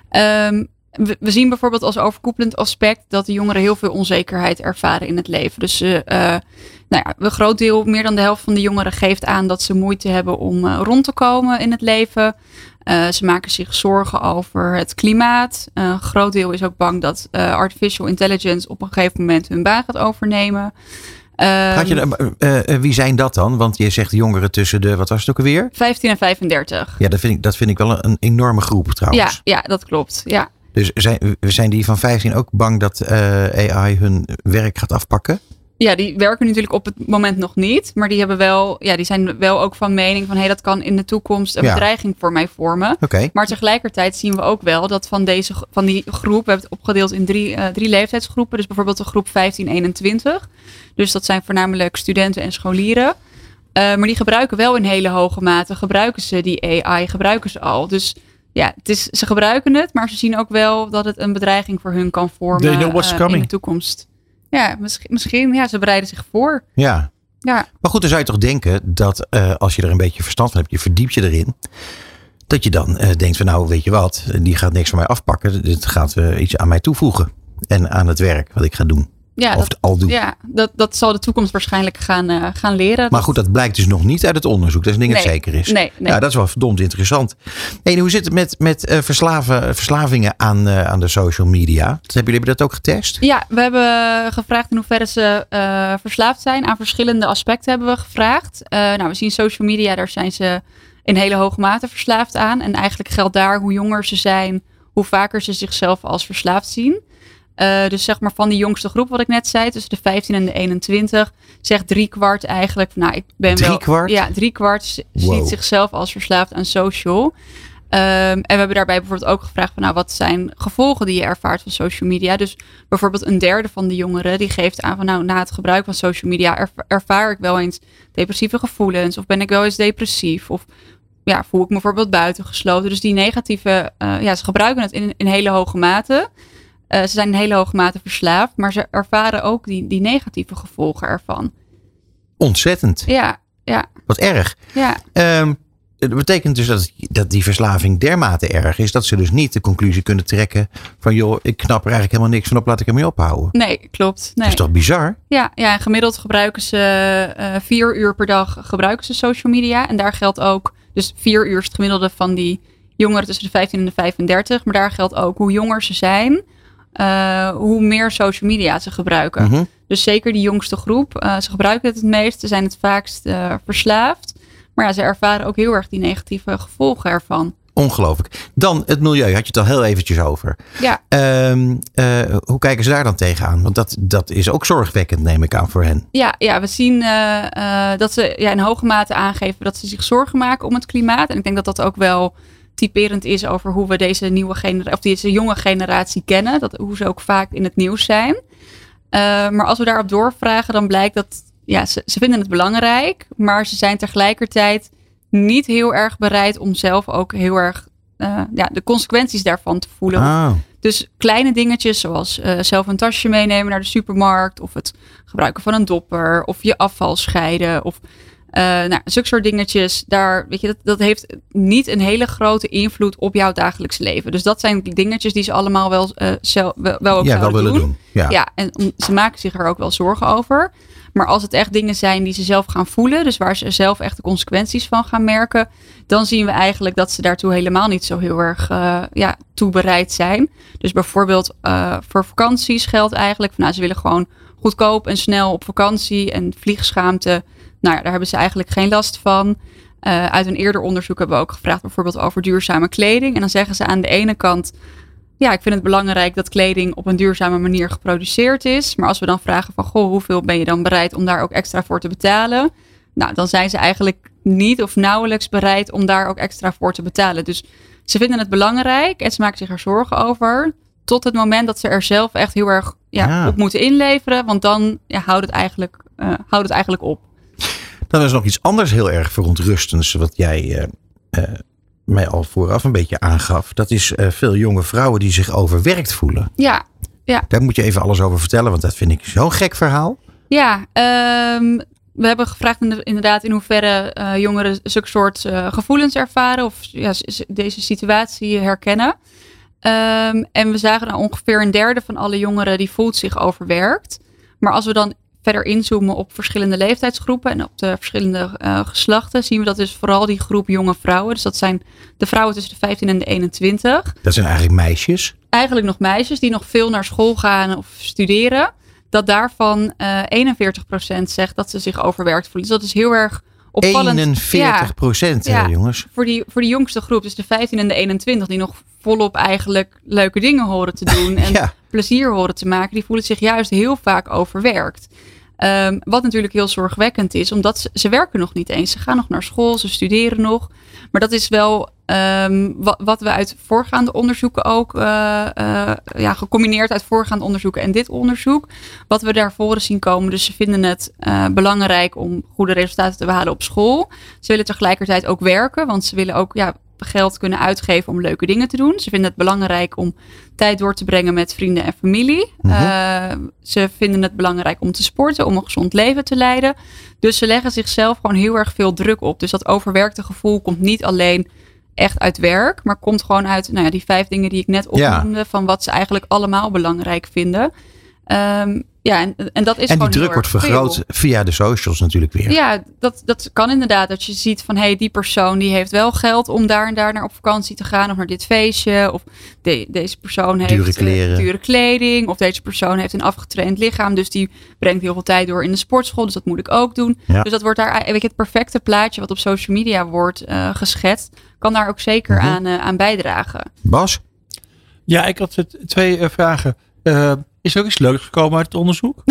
Um, we, we zien bijvoorbeeld als overkoepelend aspect dat de jongeren heel veel onzekerheid ervaren in het leven. Dus uh, uh, nou ja, een groot deel, meer dan de helft van de jongeren geeft aan dat ze moeite hebben om uh, rond te komen in het leven. Uh, ze maken zich zorgen over het klimaat. Uh, een groot deel is ook bang dat uh, artificial intelligence op een gegeven moment hun baan gaat overnemen. Gaat je, uh, uh, wie zijn dat dan? Want je zegt jongeren tussen de, wat was het ook alweer? vijftien en vijfendertig. Ja, dat vind ik, dat vind ik wel een, een enorme groep trouwens. Ja, ja, dat klopt. Ja. Dus zijn, zijn die van vijftien ook bang dat uh, A I hun werk gaat afpakken? Ja, die werken natuurlijk op het moment nog niet. Maar die, hebben wel, ja, die zijn wel ook van mening van... hé, hey, dat kan in de toekomst een ja. bedreiging voor mij vormen. Okay. Maar tegelijkertijd zien we ook wel dat van, deze, van die groep... we hebben het opgedeeld in drie, uh, drie leeftijdsgroepen. Dus bijvoorbeeld de groep vijftien eenentwintig. Dus dat zijn voornamelijk studenten en scholieren. Uh, maar die gebruiken wel in hele hoge mate... gebruiken ze die A I, gebruiken ze al. Dus... ja, het is, ze gebruiken het, maar ze zien ook wel dat het een bedreiging voor hun kan vormen They know what's uh, coming. in de toekomst. Ja, misschien, misschien, ja, ze bereiden zich voor. Ja. Ja. Maar goed, dan zou je toch denken dat uh, als je er een beetje verstand van hebt, je verdiept je erin. Dat je dan uh, denkt van nou, weet je wat, die gaat niks van mij afpakken. Dit gaat uh, iets aan mij toevoegen. En aan het werk wat ik ga doen. Ja, of dat, al doen. Ja, dat, dat zal de toekomst waarschijnlijk gaan, uh, gaan leren. Maar goed, dat blijkt dus nog niet uit het onderzoek. Dat is een ding dat nee, zeker is. Nee, nee. Ja, dat is wel verdomd interessant. Hey, hoe zit het met, met uh, verslaven, verslavingen aan, uh, aan de social media? Dat, hebben jullie dat ook getest? Ja, we hebben gevraagd in hoeverre ze uh, verslaafd zijn. Aan verschillende aspecten hebben we gevraagd. Uh, nou, we zien social media, daar zijn ze in hele hoge mate verslaafd aan. En eigenlijk geldt daar hoe jonger ze zijn, hoe vaker ze zichzelf als verslaafd zien. Uh, dus zeg maar van die jongste groep wat ik net zei, tussen de vijftien en de eenentwintig, zegt drie kwart eigenlijk, nou ik ben drie wel... kwart? Ja, drie kwart Wow. ziet zichzelf als verslaafd aan social. Um, en we hebben daarbij bijvoorbeeld ook gevraagd van nou wat zijn gevolgen die je ervaart van social media. Dus bijvoorbeeld een derde van de jongeren die geeft aan van nou na het gebruik van social media erva- ervaar ik wel eens depressieve gevoelens of ben ik wel eens depressief of ja, voel ik me bijvoorbeeld buitengesloten. Dus die negatieve, uh, ja ze gebruiken het in, in hele hoge mate. Uh, ze zijn in hele hoge mate verslaafd, maar ze ervaren ook die, die negatieve gevolgen ervan. Ontzettend. Ja, ja, Wat erg. ja. Um, dat betekent dus dat, dat die verslaving dermate erg is, dat ze dus niet de conclusie kunnen trekken van joh, ik knap er eigenlijk helemaal niks van op, laat ik ermee ophouden. Nee, klopt. Nee. Dat is toch bizar? Ja, ja, en gemiddeld gebruiken ze uh, vier uur per dag gebruiken ze social media. En daar geldt ook, dus vier uur is het gemiddelde van die jongeren tussen de vijftien en de vijfendertig. Maar daar geldt ook hoe jonger ze zijn, uh, hoe meer social media ze gebruiken. Mm-hmm. Dus zeker die jongste groep, uh, ze gebruiken het het meest, ze zijn het vaakst uh, verslaafd. Maar ja, ze ervaren ook heel erg die negatieve gevolgen ervan. Ongelooflijk. Dan het milieu, had je het al heel eventjes over. Ja. Um, uh, hoe kijken ze daar dan tegenaan? Want dat, dat is ook zorgwekkend, neem ik aan, voor hen. Ja, ja we zien uh, uh, dat ze ja, in hoge mate aangeven dat ze zich zorgen maken om het klimaat. En ik denk dat dat ook wel typerend is over hoe we deze nieuwe generatie, of deze jonge generatie kennen. Dat, hoe ze ook vaak in het nieuws zijn. Uh, maar als we daarop doorvragen, dan blijkt dat ja, ze, ze vinden het belangrijk. Maar ze zijn tegelijkertijd niet heel erg bereid om zelf ook heel erg uh, ja, de consequenties daarvan te voelen. Ah. Dus kleine dingetjes zoals uh, zelf een tasje meenemen naar de supermarkt. Of het gebruiken van een dopper. Of je afval scheiden. Of uh, nou, zulke soort dingetjes. Daar, weet je, dat, dat heeft niet een hele grote invloed op jouw dagelijks leven. Dus dat zijn dingetjes die ze allemaal wel, uh, zelf, wel, wel ook ja, zouden wel willen doen. doen. Ja. ja, en om, ze maken zich er ook wel zorgen over. Maar als het echt dingen zijn die ze zelf gaan voelen, dus waar ze zelf echt de consequenties van gaan merken, dan zien we eigenlijk dat ze daartoe helemaal niet zo heel erg uh, ja, toe bereid zijn. Dus bijvoorbeeld uh, voor vakanties geldt eigenlijk, van, nou, ze willen gewoon goedkoop en snel op vakantie en vliegschaamte, nou ja, daar hebben ze eigenlijk geen last van. Uh, uit een eerder onderzoek hebben we ook gevraagd bijvoorbeeld over duurzame kleding. En dan zeggen ze aan de ene kant, ja, ik vind het belangrijk dat kleding op een duurzame manier geproduceerd is. Maar als we dan vragen van, goh, hoeveel ben je dan bereid om daar ook extra voor te betalen? Nou, dan zijn ze eigenlijk niet of nauwelijks bereid om daar ook extra voor te betalen. Dus ze vinden het belangrijk en ze maken zich er zorgen over. Tot het moment dat ze er zelf echt heel erg ja, Ja. op moeten inleveren. Want dan ja, houdt het eigenlijk, uh, houdt het eigenlijk op. Dan is nog iets anders heel erg verontrustends wat jij uh, uh, mij al vooraf een beetje aangaf. Dat is uh, veel jonge vrouwen die zich overwerkt voelen. Ja, Daar moet je even alles over vertellen, want dat vind ik zo'n gek verhaal. ja um, we hebben gevraagd inderdaad in hoeverre uh, jongeren zulke soort uh, gevoelens ervaren. Of ja, deze situatie herkennen. Um, en we zagen nou ongeveer een derde van alle jongeren die voelt zich overwerkt. Maar als we dan verder inzoomen op verschillende leeftijdsgroepen en op de verschillende uh, geslachten, zien we dat dus vooral die groep jonge vrouwen. Dus dat zijn de vrouwen tussen de vijftien en de eenentwintig. Dat zijn eigenlijk meisjes. Eigenlijk nog meisjes die nog veel naar school gaan of studeren. Dat daarvan uh, eenenveertig procent zegt dat ze zich overwerkt voelen. Dus dat is heel erg opvallend. eenenveertig procent, ja, hè, jongens. Voor die, voor die jongste groep, dus de vijftien en de eenentwintig, die nog volop eigenlijk leuke dingen horen te doen en Ja. plezier horen te maken, die voelen zich juist heel vaak overwerkt. Um, wat natuurlijk heel zorgwekkend is, omdat ze, ze werken nog niet eens. Ze gaan nog naar school, ze studeren nog. Maar dat is wel um, wat, wat we uit voorgaande onderzoeken ook, uh, uh, ja, gecombineerd uit voorgaande onderzoeken en dit onderzoek, wat we daar voren zien komen. Dus ze vinden het uh, belangrijk om goede resultaten te behalen op school. Ze willen tegelijkertijd ook werken, want ze willen ook ja, geld kunnen uitgeven om leuke dingen te doen. Ze vinden het belangrijk om tijd door te brengen met vrienden en familie. Mm-hmm. Uh, ze vinden het belangrijk om te sporten, om een gezond leven te leiden. Dus ze leggen zichzelf gewoon heel erg veel druk op. Dus dat overwerkte gevoel komt niet alleen echt uit werk, maar komt gewoon uit nou ja, die vijf dingen die ik net opnoemde, ja. van wat ze eigenlijk allemaal belangrijk vinden. Um, ja, en, en dat is en gewoon die druk wordt vergroot veel. via de socials natuurlijk weer. Ja, dat, dat kan inderdaad. Dat je ziet van, hé, hey, die persoon die heeft wel geld om daar en daar naar op vakantie te gaan. Of naar dit feestje. Of de, deze persoon heeft dure, kleren. Uh, dure kleding. Of deze persoon heeft een afgetraind lichaam. Dus die brengt heel veel tijd door in de sportschool. Dus dat moet ik ook doen. Ja. Dus dat wordt daar, weet je, het perfecte plaatje wat op social media wordt uh, geschetst. Kan daar ook zeker mm-hmm. aan, uh, aan bijdragen. Bas? Ja, ik had twee uh, vragen. Uh, Is er ook iets leuks gekomen uit het onderzoek?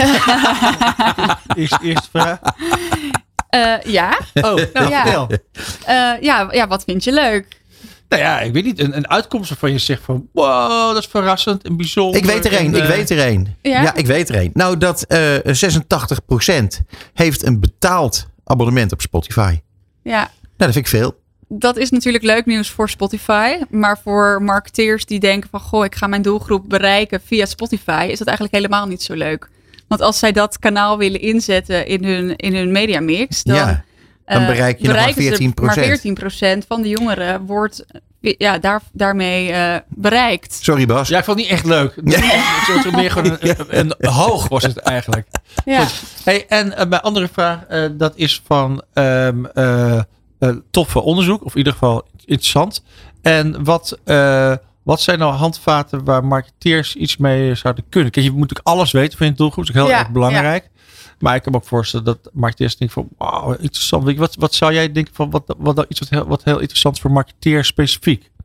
Eerst, eerste vraag. Uh, ja. Oh, nou, ja. vertel. Uh, ja, ja, wat vind je leuk? Nou ja, ik weet niet. Een, een uitkomst waarvan je zegt van, wow, dat is verrassend en bijzonder. Ik weet er één, ik weet er één. Ja? ja, ik weet er één. Nou, dat uh, zesentachtig procent heeft een betaald abonnement op Spotify. Ja. Nou, dat vind ik veel. Dat is natuurlijk leuk nieuws voor Spotify. Maar voor marketeers die denken van, goh, ik ga mijn doelgroep bereiken via Spotify, is dat eigenlijk helemaal niet zo leuk. Want als zij dat kanaal willen inzetten in hun, in hun mediamix, dan, ja, dan bereik je uh, nog maar veertien procent. Maar veertien procent van de jongeren wordt ja, daar, daarmee uh, bereikt. Sorry Bas. Ja, ik vond het niet echt leuk. Het was meer gewoon een, een, een hoog was het eigenlijk. Ja. Hey, en uh, mijn andere vraag, uh, dat is van um, uh, uh, toffe onderzoek, of in ieder geval interessant. En wat, uh, wat zijn nou handvaten waar marketeers iets mee zouden kunnen? Kijk, je moet natuurlijk alles weten van je doelgroep, dat is ook heel ja, erg belangrijk. Ja. Maar ik kan me ook voorstellen dat marketeers denken van, wauw, interessant. Wat, wat zou jij denken van wat, wat nou iets wat heel, wat heel interessant is voor marketeers specifiek?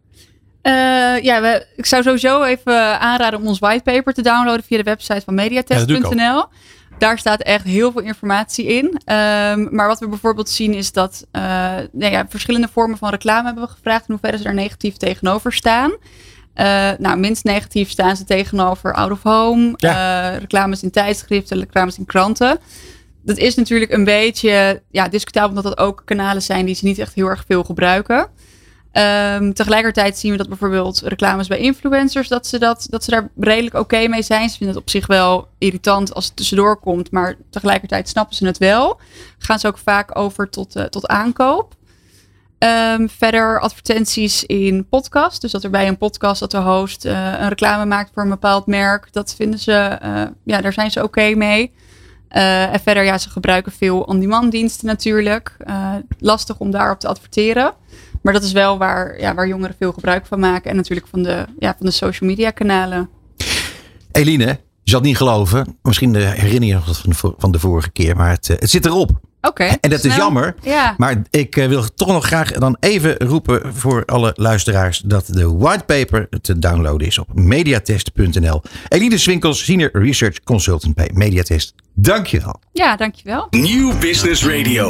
Uh, ja, we, ik zou sowieso even aanraden om ons whitepaper te downloaden via de website van mediatest punt n l. Ja, daar staat echt heel veel informatie in. Um, maar wat we bijvoorbeeld zien is dat uh, nou ja, verschillende vormen van reclame hebben we gevraagd. In hoeverre ze daar negatief tegenover staan. Uh, nou, minst negatief staan ze tegenover out of home. Ja. Uh, reclames in tijdschriften, reclames in kranten. Dat is natuurlijk een beetje ja, discutabel, omdat dat ook kanalen zijn die ze niet echt heel erg veel gebruiken. Um, tegelijkertijd zien we dat bijvoorbeeld reclames bij influencers, dat ze, dat, dat ze daar redelijk oké okay mee zijn. Ze vinden het op zich wel irritant als het tussendoor komt, maar tegelijkertijd snappen ze het wel. Gaan ze ook vaak over tot, uh, tot aankoop. Um, verder advertenties in podcast. Dus dat er bij een podcast dat de host uh, een reclame maakt voor een bepaald merk. Dat vinden ze, uh, ja, daar zijn ze oké okay mee. Uh, en verder, ja, ze gebruiken veel on-demand diensten natuurlijk. Uh, lastig om daarop te adverteren. Maar dat is wel waar, ja, waar jongeren veel gebruik van maken. En natuurlijk van de, ja, van de social media kanalen. Eline, je zal het niet geloven. Misschien herinner je nog wat van de, van de vorige keer. Maar het, het zit erop. Oké. Okay, en dat snel. is jammer. Ja. Maar ik uh, wil toch nog graag dan even roepen voor alle luisteraars dat de whitepaper te downloaden is op mediatest punt n l. Eline Swinkels, Senior Research Consultant bij Mediatest. Dankjewel. Ja, dankjewel. Nieuw Business Radio.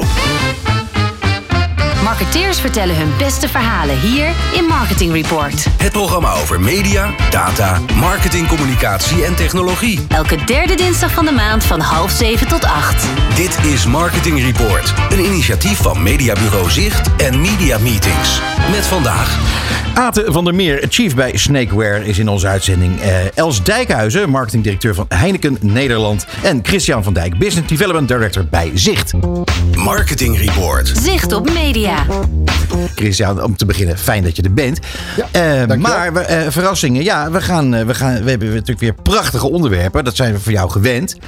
Marketeers vertellen hun beste verhalen hier in Marketing Report. Het programma over media, data, marketing, communicatie en technologie. Elke derde dinsdag van de maand van half zeven tot acht. Dit is Marketing Report, een initiatief van Mediabureau Zicht en Media Meetings. Met vandaag Ate van der Meer, chief bij Snakeware, is in onze uitzending. Uh, Els Dijkhuizen, marketingdirecteur van Heineken Nederland. En Christian van Dijk, business development director bij Zicht. Marketing Report. Zicht op media. Christian, om te beginnen, fijn dat je er bent. Ja, uh, maar we, uh, verrassingen, ja, we, gaan, uh, we, gaan, we hebben natuurlijk weer prachtige onderwerpen. Dat zijn we voor jou gewend.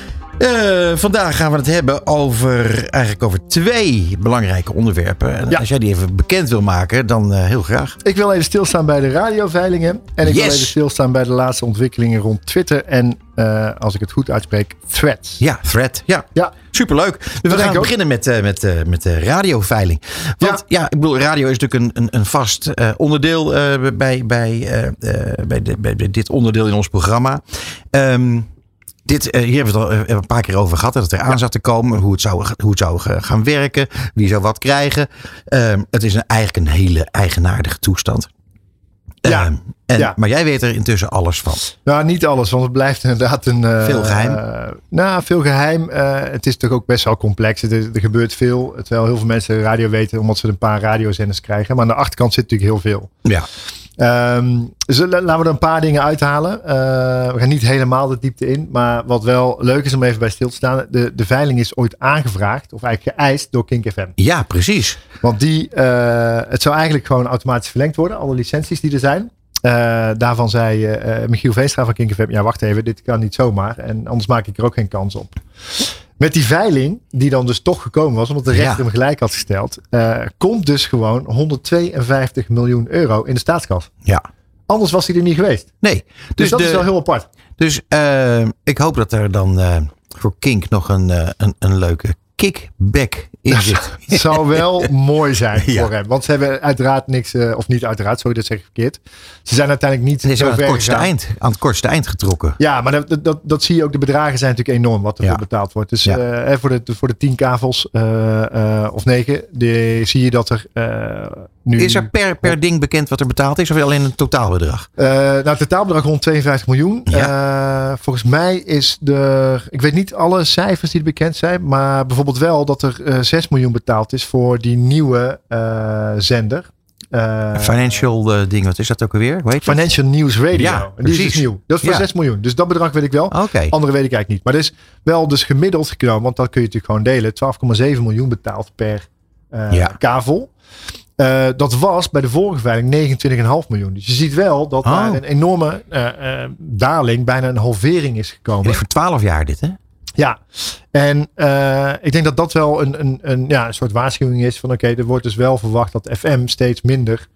Uh, vandaag gaan we het hebben over, eigenlijk over twee belangrijke onderwerpen. En ja. Als jij die even bekend wil maken, dan uh, heel graag. Ik wil even stilstaan bij de radioveilingen. En ik yes. wil even stilstaan bij de laatste ontwikkelingen rond Twitter. En uh, als ik het goed uitspreek, Threads. Ja, Thread. Ja, ja. Superleuk. Dus we gaan beginnen met, uh, met, uh, met de radioveiling. Want ja. ja, ik bedoel, radio is natuurlijk een, een, een vast uh, onderdeel uh, bij, bij, uh, uh, bij, de, bij dit onderdeel in ons programma. Um, Dit, uh, hier hebben we het al uh, een paar keer over gehad. Dat het eraan ja. zat te komen. Hoe het zou, hoe het zou gaan werken. Wie zou wat krijgen. Um, het is een, eigenlijk een hele eigenaardige toestand. Ja. Um, en, ja. Maar jij weet er intussen alles van. Nou, niet alles. Want het blijft inderdaad een... Uh, veel geheim. Uh, nou, veel geheim. Uh, het is toch ook best wel complex. Er, er gebeurt veel. Terwijl heel veel mensen radio weten. Omdat ze een paar radiozenders krijgen. Maar aan de achterkant zit natuurlijk heel veel. Ja. Um, dus laten we er een paar dingen uithalen. Uh, we gaan niet helemaal de diepte in. Maar wat wel leuk is om even bij stil te staan. De, de veiling is ooit aangevraagd. Of eigenlijk geëist door Kink F M. Ja, precies. Want die, uh, het zou eigenlijk gewoon automatisch verlengd worden. Alle licenties die er zijn. Uh, daarvan zei uh, Michiel Veenstra van Kink F M. Ja, wacht even. Dit kan niet zomaar. En anders maak ik er ook geen kans op. Met die veiling, die dan dus toch gekomen was, omdat de rechter ja. hem gelijk had gesteld, uh, komt dus gewoon honderdtweeënvijftig miljoen euro in de staatskas. Ja. Anders was hij er niet geweest. Nee. Dus, dus dat de, is wel heel apart. Dus uh, ik hoop dat er dan uh, voor Kink nog een, uh, een, een leuke kickback in zit. Het zou wel mooi zijn ja. voor hem. Want ze hebben uiteraard niks, uh, of niet uiteraard, sorry, dat zeg ik verkeerd. Ze zijn uiteindelijk niet ze zijn aan het kortste eind, aan het kortste eind getrokken. Ja, maar dat, dat, dat zie je ook. De bedragen zijn natuurlijk enorm wat er ja. betaald wordt. Dus ja. uh, voor, de, voor de tien kavels uh, uh, of negen, die, zie je dat er uh, nu... Is er per, per ding bekend wat er betaald is? Of alleen een totaalbedrag? Uh, nou, het totaalbedrag honderdtweeënvijftig miljoen. Ja. Uh, volgens mij is er... Ik weet niet alle cijfers die er bekend zijn. Maar bijvoorbeeld wel dat er uh, zes miljoen betaald is voor die nieuwe uh, zender. Uh, Financial uh, ding, wat is dat ook alweer? Weet je Financial het? News Radio. Ja, en die is dus nieuw. Dat is voor ja. zes miljoen. Dus dat bedrag weet ik wel. Okay. Andere weet ik eigenlijk niet. Maar dat is wel dus gemiddeld genomen. Want dat kun je natuurlijk gewoon delen. twaalf komma zeven miljoen betaald per uh, ja. kavel. Uh, dat was bij de vorige veiling negenentwintig komma vijf miljoen. Dus je ziet wel dat oh. daar een enorme uh, uh, daling, bijna een halvering is gekomen. Dit is voor twaalf jaar dit, hè? Ja, en uh, ik denk dat dat wel een, een, een, ja, een soort waarschuwing is van oké, okay, er wordt dus wel verwacht dat F M steeds minder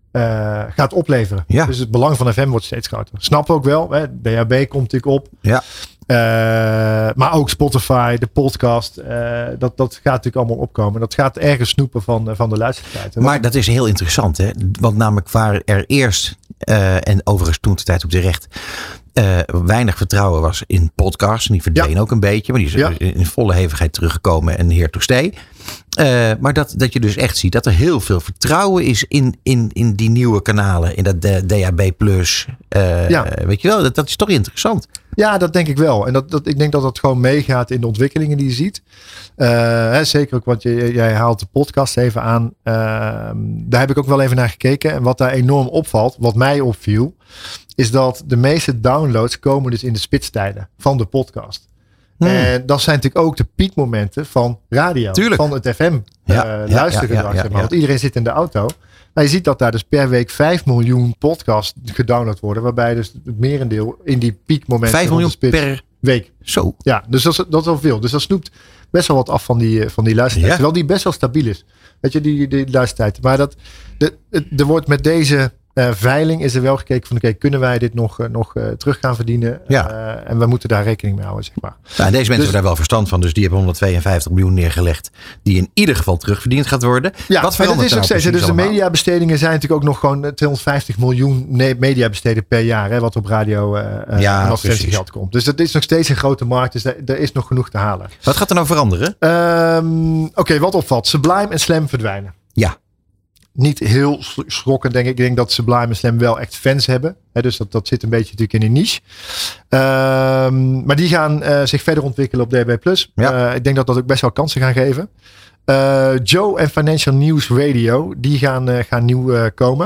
uh, gaat opleveren. Ja. Dus het belang van F M wordt steeds groter. Snap ook wel. Hè? D H B komt natuurlijk op. Ja. Uh, maar ook Spotify, de podcast. Uh, dat, dat gaat natuurlijk allemaal opkomen. Dat gaat ergens snoepen van, van de luistertijd. Maar dat is heel interessant. Hè? Want namelijk waar er eerst, uh, en overigens toen de tijd ook terecht, uh, weinig vertrouwen was in podcasts. En die verdween ja. ook een beetje. Maar die is ja. in volle hevigheid teruggekomen en here to stay. Uh, maar dat, dat je dus echt ziet dat er heel veel vertrouwen is in, in, in die nieuwe kanalen. In dat D H B plus. Uh, ja. Weet je wel, dat, dat is toch interessant. Ja, dat denk ik wel. En dat, dat, ik denk dat dat gewoon meegaat in de ontwikkelingen die je ziet. Uh, hè, zeker ook, want je, jij haalt de podcast even aan. Uh, daar heb ik ook wel even naar gekeken. En wat daar enorm opvalt, wat mij opviel, is dat de meeste downloads komen dus in de spitstijden van de podcast. Hmm. En dat zijn natuurlijk ook de piekmomenten van radio. Tuurlijk. Van het F M ja, uh, luistergedrag. Ja, ja, ja, ja, ja. Want iedereen zit in de auto. Maar je ziet dat daar dus per week vijf miljoen podcasts gedownload worden. Waarbij dus het merendeel in die piekmomenten vijf miljoen per week. Zo. Ja, dus dat is, dat is al veel. Dus dat snoept best wel wat af van die, van die luistertijd. Ja. Terwijl die best wel stabiel is. Weet je, die, die luistertijd. Maar dat, de, er wordt met deze uh, veiling is er wel gekeken van oké, okay, kunnen wij dit nog, uh, nog uh, terug gaan verdienen? Ja. Uh, en we moeten daar rekening mee houden, zeg maar. Nou, en deze mensen dus, hebben daar wel verstand van. Dus die hebben honderdtweeënvijftig miljoen neergelegd. Die in ieder geval terugverdiend gaat worden. Ja, wat verandert is nog steeds. Dus allemaal? De mediabestedingen zijn natuurlijk ook nog gewoon tweehonderdvijftig miljoen mediabesteden per jaar. Hè, wat op radio uh, ja, en advertentiegeld komt. Dus dat is nog steeds een grote markt. Dus er is nog genoeg te halen. Wat gaat er nou veranderen? Um, Oké, okay, wat opvalt. Sublime en Slam verdwijnen. Ja. Niet heel schrokkend, denk ik. Ik denk dat Sublime en Slam wel echt fans hebben. He, dus dat, dat zit een beetje natuurlijk in een niche. Um, maar die gaan uh, zich verder ontwikkelen op D H B plus. Ja. Uh, ik denk dat dat ook best wel kansen gaan geven. Uh, Joe en Financial News Radio, die gaan, uh, gaan nieuw uh, komen.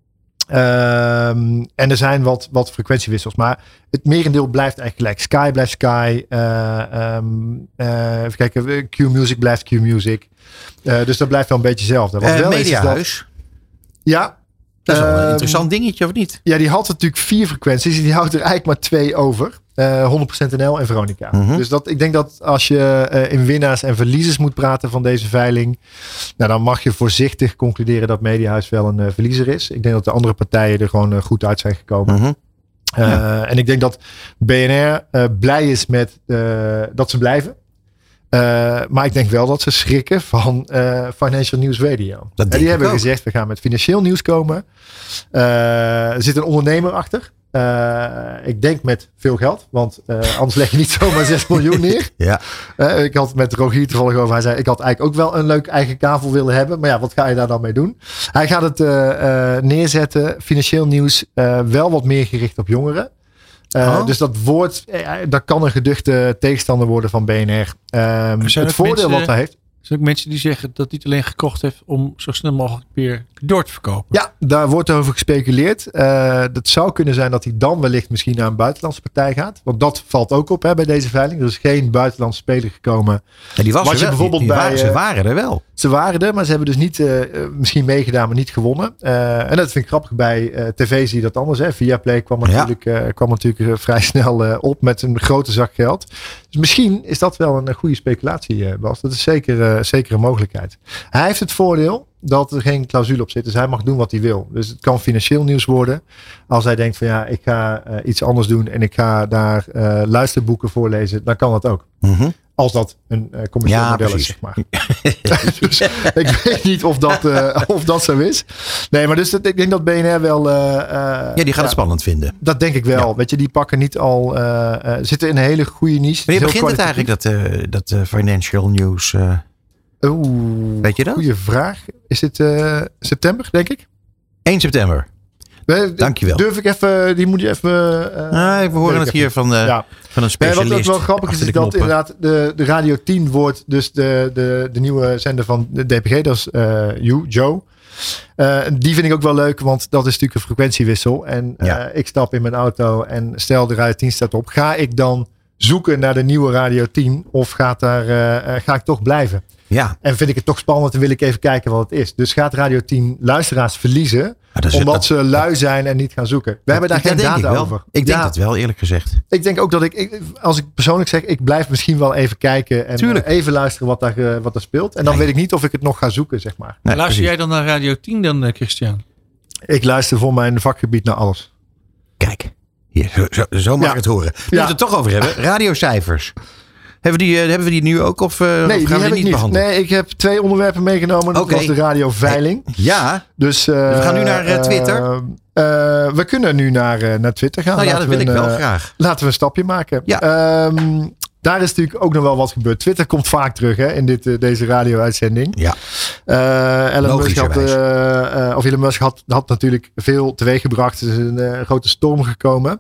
Um, en er zijn wat, wat frequentiewissels. Maar het merendeel blijft eigenlijk gelijk. Sky blijft Sky. Uh, um, uh, even kijken. Q-Music blijft Q-Music. Uh, dus dat blijft wel een beetje hetzelfde. Wat uh, wel Mediahuis. Is dat, ja. Dat is wel een um, interessant dingetje, of niet? Ja, die had natuurlijk vier frequenties. Die houdt er eigenlijk maar twee over. Uh, honderd procent N L en Veronica. Mm-hmm. Dus dat, ik denk dat als je uh, in winnaars en verliezers moet praten van deze veiling. Nou, dan mag je voorzichtig concluderen dat Mediahuis wel een uh, verliezer is. Ik denk dat de andere partijen er gewoon uh, goed uit zijn gekomen. Mm-hmm. Uh, ja. En ik denk dat B N R uh, blij is met uh, dat ze blijven. Uh, maar ik denk wel dat ze schrikken van uh, Financial News Radio. Dat en die hebben ook. gezegd, we gaan met financieel nieuws komen. Uh, er zit een ondernemer achter. Uh, ik denk met veel geld. Want uh, anders leg je niet zomaar zes miljoen neer. Ja. Uh, ik had met Rogier toevallig over. Hij zei, ik had eigenlijk ook wel een leuk eigen kavel willen hebben. Maar ja, wat ga je daar dan mee doen? Hij gaat het uh, uh, neerzetten. Financieel nieuws. Uh, wel wat meer gericht op jongeren. Uh, oh. Dus dat woord, eh, dat kan een geduchte tegenstander worden van B N R. Um, het voordeel mensen, wat hij heeft. Er zijn ook mensen die zeggen dat hij het alleen gekocht heeft om zo snel mogelijk weer door te verkopen. Ja, daar wordt over gespeculeerd. Uh, dat zou kunnen zijn dat hij dan wellicht misschien naar een buitenlandse partij gaat. Want dat valt ook op hè, bij deze veiling. Er is geen buitenlandse speler gekomen. Ja, die was Wat je wel, bijvoorbeeld die, die bij, waren, ze waren er wel. Ze waren er, maar ze hebben dus niet uh, misschien meegedaan, maar niet gewonnen. Uh, en dat vind ik grappig. Bij uh, tv zie je dat anders. Hè. Viaplay kwam natuurlijk, ja. uh, kwam natuurlijk uh, vrij snel uh, op met een grote zak geld. Dus misschien is dat wel een uh, goede speculatie, uh, Bas. Dat is zeker, uh, zeker een mogelijkheid. Hij heeft het voordeel dat er geen clausule op zit. Dus hij mag doen wat hij wil. Dus het kan financieel nieuws worden. Als hij denkt van ja, ik ga uh, iets anders doen en ik ga daar uh, luisterboeken voorlezen, dan kan dat ook. Mm-hmm. Als dat een uh, commercieel ja, model precies. is, zeg maar. Dus ik weet niet of dat, uh, of dat zo is. Nee, maar dus dat, ik denk dat B N R wel... Uh, uh, ja, die gaat ja, het spannend vinden. Dat denk ik wel. Ja. Weet je, die pakken niet al... Uh, uh, zitten in een hele goede niche. Maar je begint het eigenlijk, dat, uh, dat uh, financial news... Uh, Oeh, weet je dat? Goeie vraag. Is het uh, september, denk ik? één september. Nee, dankjewel. Durf ik even, die moet je even... Uh, ah, we horen het hier van, uh, ja. van een specialist. Nee, wat ook wel grappig is, is dat inderdaad de, de Radio tien wordt dus de, de, de nieuwe zender van de D P G. Dat is uh, you, Joe. Uh, die vind ik ook wel leuk, want dat is natuurlijk een frequentiewissel. En uh, ja. ik stap in mijn auto en stel de Radio tien staat op. Ga ik dan zoeken naar de nieuwe Radio tien of gaat daar, uh, ga ik toch blijven? Ja. En vind ik het toch spannend en wil ik even kijken wat het is. Dus gaat Radio tien luisteraars verliezen is, omdat dat, ze lui zijn en niet gaan zoeken. We dat, hebben daar geen data ik over. Ik denk ja. dat wel, eerlijk gezegd. Ik denk ook dat ik, ik, als ik persoonlijk zeg, ik blijf misschien wel even kijken en uh, even luisteren wat daar, uh, wat daar speelt. En dan nee. weet ik niet of ik het nog ga zoeken, zeg maar. Nee, luister precies. Jij dan naar Radio tien dan, uh, Christian? Ik luister voor mijn vakgebied naar alles. Kijk, hier, zo, zo, zo mag Ja. ik het horen. Nu Ja. we het er toch over hebben. Radiocijfers. Hebben we die, uh, hebben we die nu ook? Of, uh, Nee, of gaan die we heb die ik niet niet. behandelen? Nee, ik heb twee onderwerpen meegenomen. Dat Oké. was de radioveiling. Ja, Dus, uh, we gaan nu naar uh, Twitter. Uh, uh, we kunnen nu naar, uh, naar Twitter gaan. nou ja, Laten dat wil we ik een, wel uh, graag. Laten we een stapje maken. Ja. Um, daar is natuurlijk ook nog wel wat gebeurd. Twitter komt vaak terug hè, in dit, uh, deze radio-uitzending. Ja. Uh, Elon Musk had, uh, Logischerwijs. uh, of Elon Musk had, had natuurlijk veel teweeggebracht. Er is een uh, grote storm gekomen.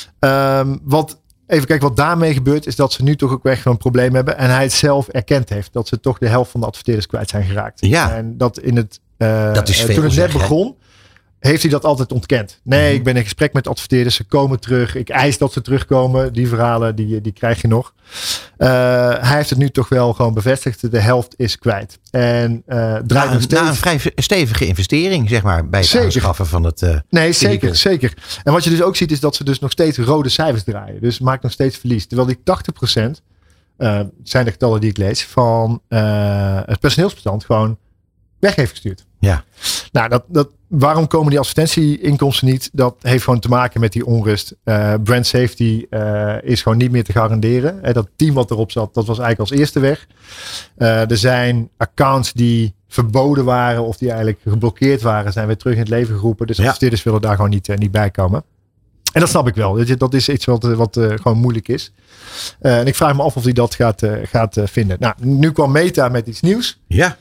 Um, wat, even kijken wat daarmee gebeurt. Is dat ze nu toch ook echt een probleem hebben. En hij het zelf erkend heeft. Dat ze toch de helft van de adverteerders kwijt zijn geraakt. Ja. En dat in het, uh, Dat is uh, veel toen het net zeg, hè? begon. Heeft hij dat altijd ontkend? Nee, Mm-hmm. ik ben in gesprek met adverteerders. Ze komen terug. Ik eis dat ze terugkomen. Die verhalen, die, die krijg je nog. Uh, hij heeft het nu toch wel gewoon bevestigd. De helft is kwijt. En uh, draait Na, nog een, steeds. na een vrij stevige investering, zeg maar, bij het Zeker. aanschaffen van het... Uh, Nee, zeker, vehikel. zeker. En wat je dus ook ziet is dat ze dus nog steeds rode cijfers draaien. Dus maakt nog steeds verlies. Terwijl die tachtig procent, uh, zijn de getallen die ik lees, van uh, het personeelsbestand gewoon weg heeft gestuurd. Ja. Nou, dat, dat, waarom komen die advertentieinkomsten niet? Dat heeft gewoon te maken met die onrust. Uh, brand safety uh, is gewoon niet meer te garanderen. Uh, dat team wat erop zat, dat was eigenlijk als eerste weg. Uh, er zijn accounts die verboden waren of die eigenlijk geblokkeerd waren, zijn weer terug in het leven geroepen. Dus Ja. adverteerders willen daar gewoon niet, uh, niet bij komen. En dat snap ik wel. Dat, dat is iets wat, wat uh, gewoon moeilijk is. Uh, en ik vraag me af of hij dat gaat, uh, gaat uh, vinden. Nou, nu kwam Meta met iets nieuws. Ja.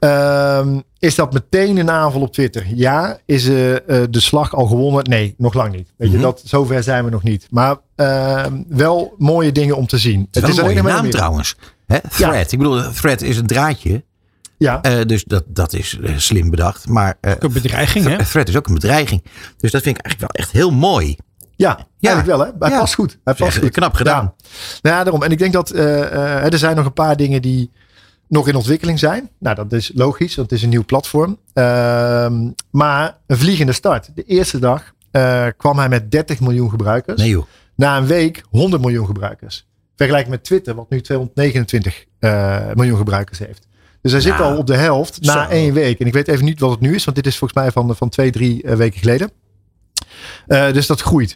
Um, is dat meteen een aanval op Twitter? Ja. Is uh, uh, de slag al gewonnen? Nee, nog lang niet. Weet Mm-hmm. je, dat, zover zijn we nog niet. Maar uh, wel mooie dingen om te zien. Het is een mooie maar naam meer. trouwens. Hè? Thread. Ik bedoel, thread is een draadje. Ja. Uh, dus dat, dat is uh, slim bedacht. Maar uh, Ook een bedreiging, hè? thread is ook een bedreiging. Dus dat vind ik eigenlijk wel echt heel mooi. Ja, Ja. eigenlijk wel. Hè? Hij Ja. past goed. Hij past Echt goed. knap gedaan. Ja. Nou ja, daarom. En ik denk dat uh, uh, er zijn nog een paar dingen die nog in ontwikkeling zijn. Nou, dat is logisch, want het is een nieuw platform. Uh, maar een vliegende start. De eerste dag uh, kwam hij met dertig miljoen gebruikers. Nee joh. Na een week honderd miljoen gebruikers. Vergelijk met Twitter, wat nu tweehonderdnegenentwintig uh, miljoen gebruikers heeft. Dus hij zit Nou, al op de helft na zo. één week. En ik weet even niet wat het nu is, want dit is volgens mij van, van twee, drie uh, weken geleden. Uh, dus dat groeit.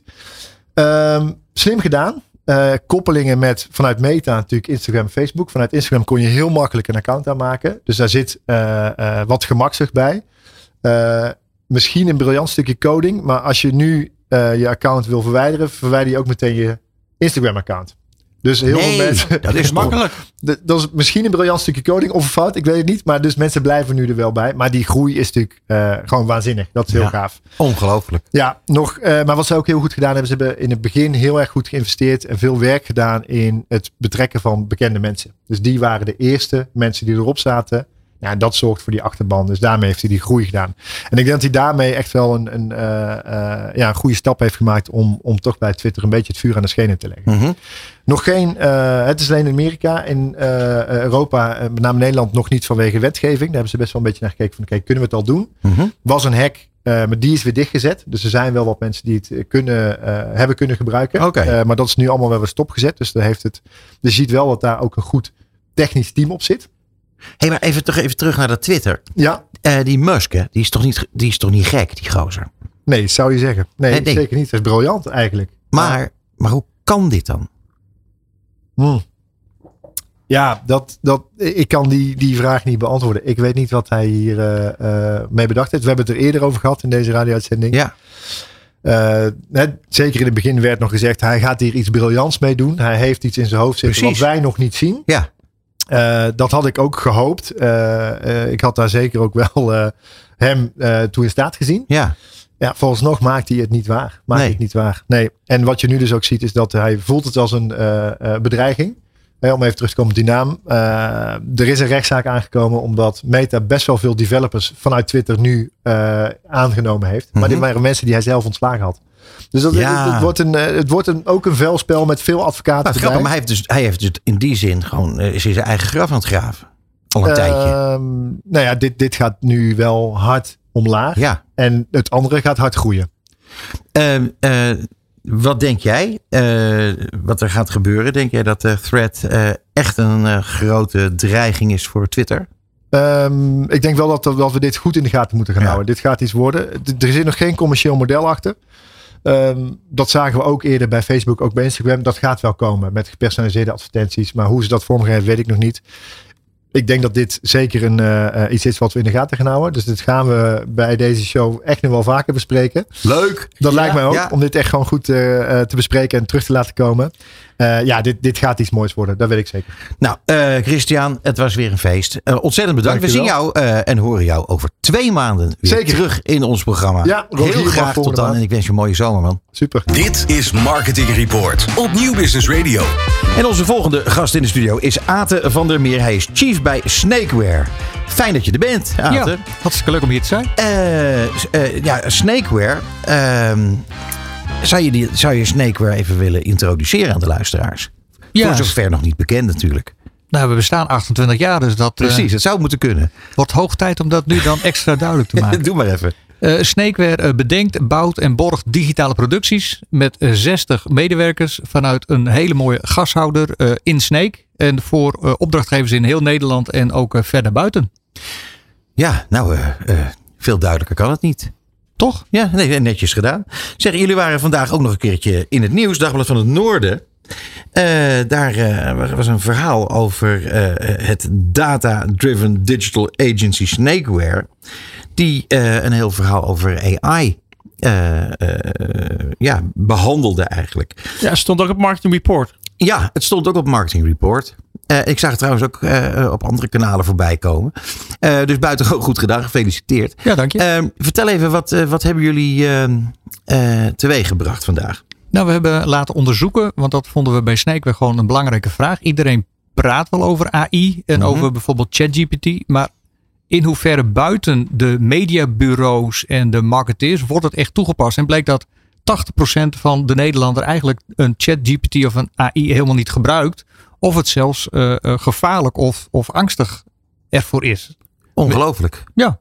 Um, slim gedaan. Uh, koppelingen met vanuit Meta natuurlijk Instagram, Facebook. Vanuit Instagram kon je heel makkelijk een account aanmaken. Dus daar zit uh, uh, wat gemakzucht bij. Uh, misschien een briljant stukje coding. Maar als je nu uh, je account wil verwijderen, verwijder je ook meteen je Instagram account. Dus heel Nee, veel mensen. dat is makkelijk. De- Dat is misschien een briljant stukje coding of een fout. Ik weet het niet. Maar dus mensen blijven nu er wel bij. Maar die groei is natuurlijk uh, gewoon waanzinnig. Dat is heel Ja. gaaf. Ongelooflijk. Ja, nog, uh, maar wat ze ook heel goed gedaan hebben. Ze hebben in het begin heel erg goed geïnvesteerd. En veel werk gedaan in het betrekken van bekende mensen. Dus die waren de eerste mensen die erop zaten. Ja, en dat zorgt voor die achterban. Dus daarmee heeft hij die groei gedaan. En ik denk dat hij daarmee echt wel een, een, uh, uh, ja, een goede stap heeft gemaakt. Om, om toch bij Twitter een beetje het vuur aan de schenen te leggen. Mm-hmm. Nog geen, uh, het is alleen in Amerika. In uh, Europa, uh, met name Nederland, nog niet vanwege wetgeving. Daar hebben ze best wel een beetje naar gekeken van, oké, kunnen we het al doen? Mm-hmm. Was een hack, uh, maar die is weer dichtgezet. Dus er zijn wel wat mensen die het kunnen, uh, hebben kunnen gebruiken. Oké. Uh, maar dat is nu allemaal wel weer stopgezet. Dus, daar heeft het, dus je ziet wel dat daar ook een goed technisch team op zit. Hé, maar even, toch even terug naar dat Twitter. Ja, Uh, die Musk, hè, die is, toch niet, die is toch niet gek, die gozer? nee, zou je zeggen. Nee, Nee, nee. zeker niet. Dat is briljant eigenlijk. Maar, maar hoe kan dit dan? Hmm. Ja, dat, dat, ik kan die, die vraag niet beantwoorden. Ik weet niet wat hij hier uh, uh, mee bedacht heeft. We hebben het er eerder over gehad in deze radio-uitzending. Ja. Uh, net, zeker in het begin werd nog gezegd, hij gaat hier iets briljants mee doen. Hij heeft iets in zijn hoofd zitten Precies. wat wij nog niet zien. Ja. Uh, dat had ik ook gehoopt. Uh, uh, ik had daar zeker ook wel uh, hem uh, toe in staat gezien. Ja. Ja, vooralsnog maakt hij het niet waar. Maakt Nee. hij het niet waar. Nee. En wat je nu dus ook ziet is dat hij voelt het als een uh, uh, bedreiging. Hey, om even terug te komen op die naam. Uh, er is een rechtszaak aangekomen omdat Meta best wel veel developers vanuit Twitter nu uh, aangenomen heeft. Maar Mhm. dit waren mensen die hij zelf ontslagen had. Dus dat, Ja. het, het wordt, een, uh, het wordt een, ook een vuilspel met veel advocaten Nou, erbij. grappig, maar hij heeft, dus, hij heeft dus in die zin gewoon uh, is hij zijn eigen graf aan het graven. Al een tijdje. Ehm, nou ja, dit, dit gaat nu wel hard omlaag. Ja. En het andere gaat hard groeien. Uh, uh, wat denk jij? Uh, wat er gaat gebeuren? Denk jij dat de thread uh, echt een uh, grote dreiging is voor Twitter? Um, ik denk wel dat, dat we dit goed in de gaten moeten gaan ja. houden. Dit gaat iets worden. D- er zit nog geen commercieel model achter. Um, dat zagen we ook eerder bij Facebook, ook bij Instagram. Dat gaat wel komen met gepersonaliseerde advertenties. Maar hoe ze dat vormgeven, weet ik nog niet. Ik denk dat dit zeker een, uh, iets is wat we in de gaten gaan houden. Dus dit gaan we bij deze show echt nog wel vaker bespreken. Leuk! Dat ja, lijkt mij ook, ja. om dit echt gewoon goed uh, uh, te bespreken en terug te laten komen. Uh, ja, dit, dit gaat iets moois worden. Dat weet ik zeker. Nou, uh, Christian, het was weer een feest. Uh, ontzettend bedankt. Dank we zien jou uh, en horen jou over twee maanden weer zeker. terug in ons programma. Ja, heel graag tot dan. En ik wens je een mooie zomer, man. Super. Dit is Marketing Report op Nieuw Business Radio. En onze volgende gast in de studio is Ate van der Meer. Hij is chief bij Snakeware. Fijn dat je er bent, Ate. Ja, hartstikke leuk om hier te zijn. Uh, uh, ja, Snakeware. Uh, Zou je, die, zou je Snakeware even willen introduceren aan de luisteraars? Ja. Voor zover nog niet bekend natuurlijk. Nou, we bestaan achtentwintig jaar, dus dat... Precies, uh, het zou moeten kunnen. Wordt hoog tijd om dat nu dan extra duidelijk te maken. Doe maar even. Uh, Snakeware uh, bedenkt, bouwt en borgt digitale producties met uh, zestig medewerkers vanuit een hele mooie gashouder uh, in Sneek. En voor uh, opdrachtgevers in heel Nederland en ook uh, verder buiten. Ja, nou, uh, uh, veel duidelijker kan het niet. Toch? Ja, nee, netjes gedaan. Zeg, jullie waren vandaag ook nog een keertje in het nieuws. Dagblad van het Noorden. Uh, daar uh, was een verhaal over uh, het data-driven digital agency Snakeware. Die uh, een heel verhaal over A I uh, uh, ja, behandelde eigenlijk. Ja, stond ook op Marketing Report. Ja, het stond ook op Marketing Report. Uh, ik zag het trouwens ook uh, op andere kanalen voorbij komen. Uh, dus buitengewoon goed gedaan. Gefeliciteerd. Ja, dank je. Uh, vertel even, wat, uh, wat hebben jullie uh, uh, teweeg gebracht vandaag? Nou, we hebben laten onderzoeken, want dat vonden we bij Snakeware gewoon een belangrijke vraag. Iedereen praat wel over A I en mm-hmm. over bijvoorbeeld ChatGPT, maar in hoeverre buiten de mediabureaus en de marketeers wordt het echt toegepast? En bleek dat tachtig procent van de Nederlander eigenlijk een ChatGPT of een A I helemaal niet gebruikt. Of het zelfs uh, uh, gevaarlijk of, of angstig ervoor is. Ongelooflijk. Ja.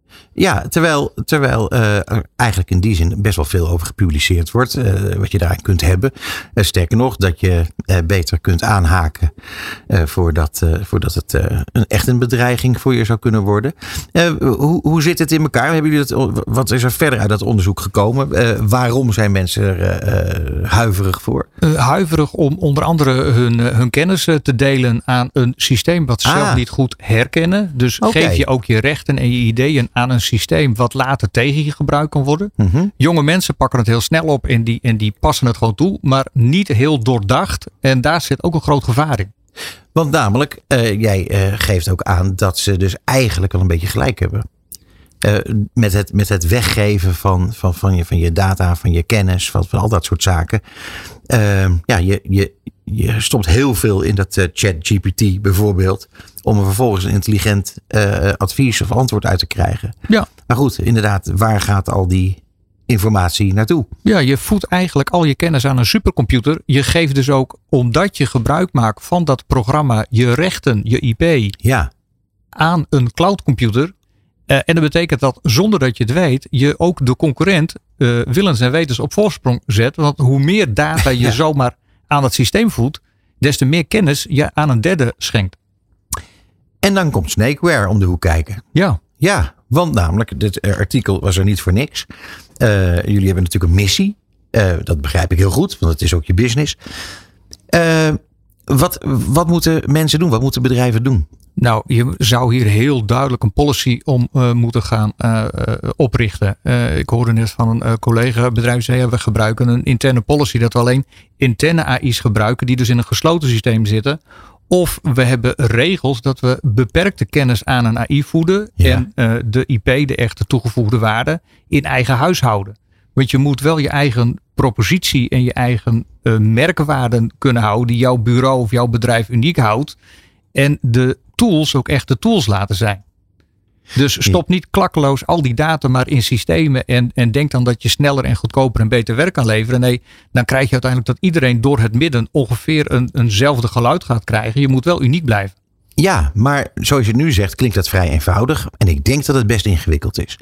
Ja, terwijl, terwijl uh, er eigenlijk in die zin best wel veel over gepubliceerd wordt. Uh, wat je daarin kunt hebben. Uh, sterker nog, dat je uh, beter kunt aanhaken. Uh, voordat, uh, voordat het uh, een, echt een bedreiging voor je zou kunnen worden. Uh, hoe, hoe zit het in elkaar? Hebben jullie dat, wat is er verder uit dat onderzoek gekomen? Uh, waarom zijn mensen er uh, huiverig voor? Uh, huiverig om onder andere hun, hun kennis te delen aan een systeem wat ze ah. zelf niet goed herkennen. Dus okay. geef je ook je rechten en je ideeën aan een systeem wat later tegen je gebruikt kan worden. Mm-hmm. Jonge mensen pakken het heel snel op en die, en die passen het gewoon toe, maar niet heel doordacht. En daar zit ook een groot gevaar in. Want namelijk, uh, jij uh, geeft ook aan dat ze dus eigenlijk al een beetje gelijk hebben. Uh, met, het, met het weggeven van, van, van, je, van je data, van je kennis, van, van al dat soort zaken. Uh, ja, je, je, je stopt heel veel in dat uh, ChatGPT bijvoorbeeld. Om er vervolgens een intelligent uh, advies of antwoord uit te krijgen. Ja. Maar goed, inderdaad, waar gaat al die informatie naartoe? Ja, je voedt eigenlijk al je kennis aan een supercomputer. Je geeft dus ook, omdat je gebruik maakt van dat programma, je rechten, je I P, ja. aan een cloudcomputer. Uh, en dat betekent dat zonder dat je het weet, je ook de concurrent uh, willens en wetens op voorsprong zet. Want hoe meer data je ja. zomaar aan het systeem voedt, des te meer kennis je aan een derde schenkt. En dan komt Snakeware om de hoek kijken. Ja. Ja, want namelijk, dit artikel was er niet voor niks. Uh, jullie hebben natuurlijk een missie. Uh, dat begrijp ik heel goed, want het is ook je business. Uh, wat, wat moeten mensen doen? Wat moeten bedrijven doen? Nou, je zou hier heel duidelijk een policy om uh, moeten gaan uh, uh, oprichten. Uh, ik hoorde net van een uh, collega bedrijf zei, we gebruiken een interne policy. Dat we alleen interne A I's gebruiken die dus in een gesloten systeem zitten. Of we hebben regels dat we beperkte kennis aan een A I voeden. Ja. En uh, de I P, de echte toegevoegde waarde, in eigen huishouden. Want je moet wel je eigen propositie en je eigen uh, merkwaarden kunnen houden. Die jouw bureau of jouw bedrijf uniek houdt. En de tools ook echt de tools laten zijn. Dus stop niet klakkeloos al die data maar in systemen. En, en denk dan dat je sneller en goedkoper en beter werk kan leveren. Nee, dan krijg je uiteindelijk dat iedereen door het midden ongeveer een, eenzelfde geluid gaat krijgen. Je moet wel uniek blijven. Ja, maar zoals je het nu zegt klinkt dat vrij eenvoudig. En ik denk dat het best ingewikkeld is.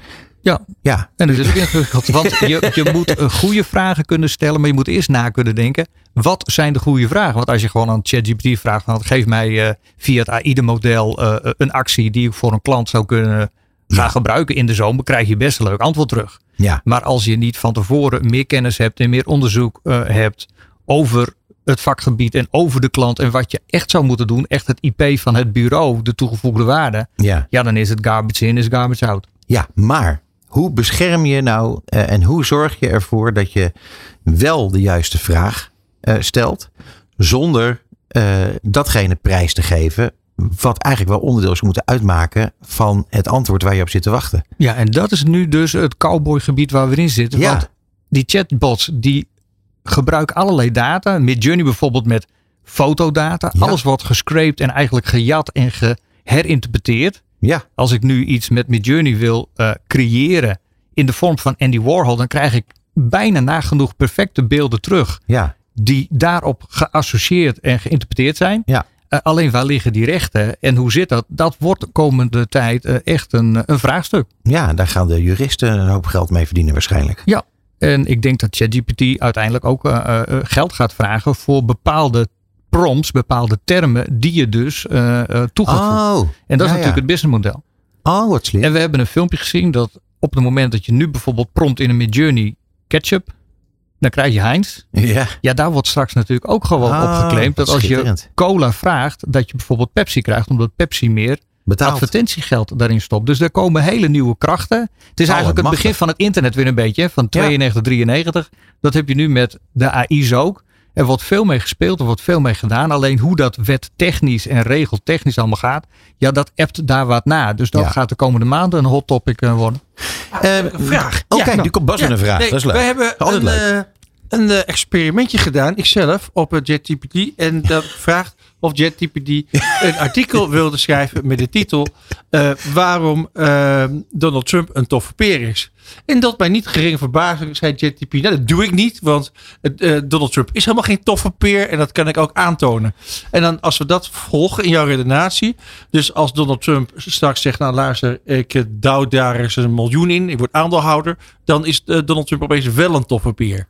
Ja, Ja. En dat is ook ingewikkeld. Want je, je moet goede vragen kunnen stellen, maar je moet eerst na kunnen denken. Wat zijn de goede vragen? Want als je gewoon aan ChatGPT vraagt, van, geef mij uh, via het A I D-model uh, een actie die ik voor een klant zou kunnen gaan ja. gebruiken in de zomer, krijg je best een leuk antwoord terug. Ja. Maar als je niet van tevoren meer kennis hebt en meer onderzoek uh, hebt over het vakgebied en over de klant en wat je echt zou moeten doen, echt het I P van het bureau, de toegevoegde waarde, Ja, ja dan is het garbage in, is garbage out. ja maar hoe bescherm je nou uh, en hoe zorg je ervoor dat je wel de juiste vraag uh, stelt, zonder uh, datgene prijs te geven wat eigenlijk wel onderdeel zou moeten uitmaken van het antwoord waar je op zit te wachten. Ja, en dat is nu dus het cowboygebied waar we in zitten. Ja. Want die chatbots die gebruiken allerlei data. Midjourney bijvoorbeeld met fotodata. Ja. Alles wordt gescraped en eigenlijk gejat en geherinterpreteerd. Ja, Als ik nu iets met Midjourney wil uh, creëren in de vorm van Andy Warhol, dan krijg ik bijna nagenoeg perfecte beelden terug. ja, Die daarop geassocieerd en geïnterpreteerd zijn. ja. Uh, alleen waar liggen die rechten en hoe zit dat? Dat wordt de komende tijd uh, echt een, een vraagstuk. Ja, daar gaan de juristen een hoop geld mee verdienen waarschijnlijk. Ja, en ik denk dat ChatGPT uiteindelijk ook uh, uh, geld gaat vragen voor bepaalde prompts, bepaalde termen die je dus uh, uh, toe gaat voegen. Oh, En dat is ja, natuurlijk ja. het businessmodel. Oh, wat slim. En we hebben een filmpje gezien dat op het moment dat je nu bijvoorbeeld prompt in een Midjourney ketchup, dan krijg je Heinz. Ja, Ja, daar wordt straks natuurlijk ook gewoon Ah, opgeclaimd dat wat als je schitterend. cola vraagt, dat je bijvoorbeeld Pepsi krijgt, omdat Pepsi meer betaald. advertentiegeld daarin stopt. Dus er komen hele nieuwe krachten. Het is Oh, eigenlijk het machtig. begin van het internet weer een beetje. hè, Van tweeënnegentig, drieënnegentig. Dat heb je nu met de A I's ook. Er wordt veel mee gespeeld. Er wordt veel mee gedaan. Alleen hoe dat wettechnisch en regeltechnisch allemaal gaat. Ja, dat appt daar wat na. Dus dat Ja. gaat de komende maanden een hot topic uh, worden. Eh, Een vraag. Oké, Ja, nou, nu komt Bas met ja, een vraag. nee, dat is leuk. Wij hebben Altijd een, leuk. eh, een uh, experimentje gedaan, ikzelf, op uh, ChatGPT. En dat vraagt of ChatGPT een artikel wilde schrijven met de titel uh, waarom uh, Donald Trump een toffe peer is. En dat mij niet gering verbazing zei ChatGPT, nou dat doe ik niet, want uh, Donald Trump is helemaal geen toffe peer en dat kan ik ook aantonen. En dan als we dat volgen in jouw redenatie, dus als Donald Trump straks zegt, nou luister, ik uh, douw daar eens een miljoen in, ik word aandeelhouder, dan is uh, Donald Trump opeens wel een toffe peer.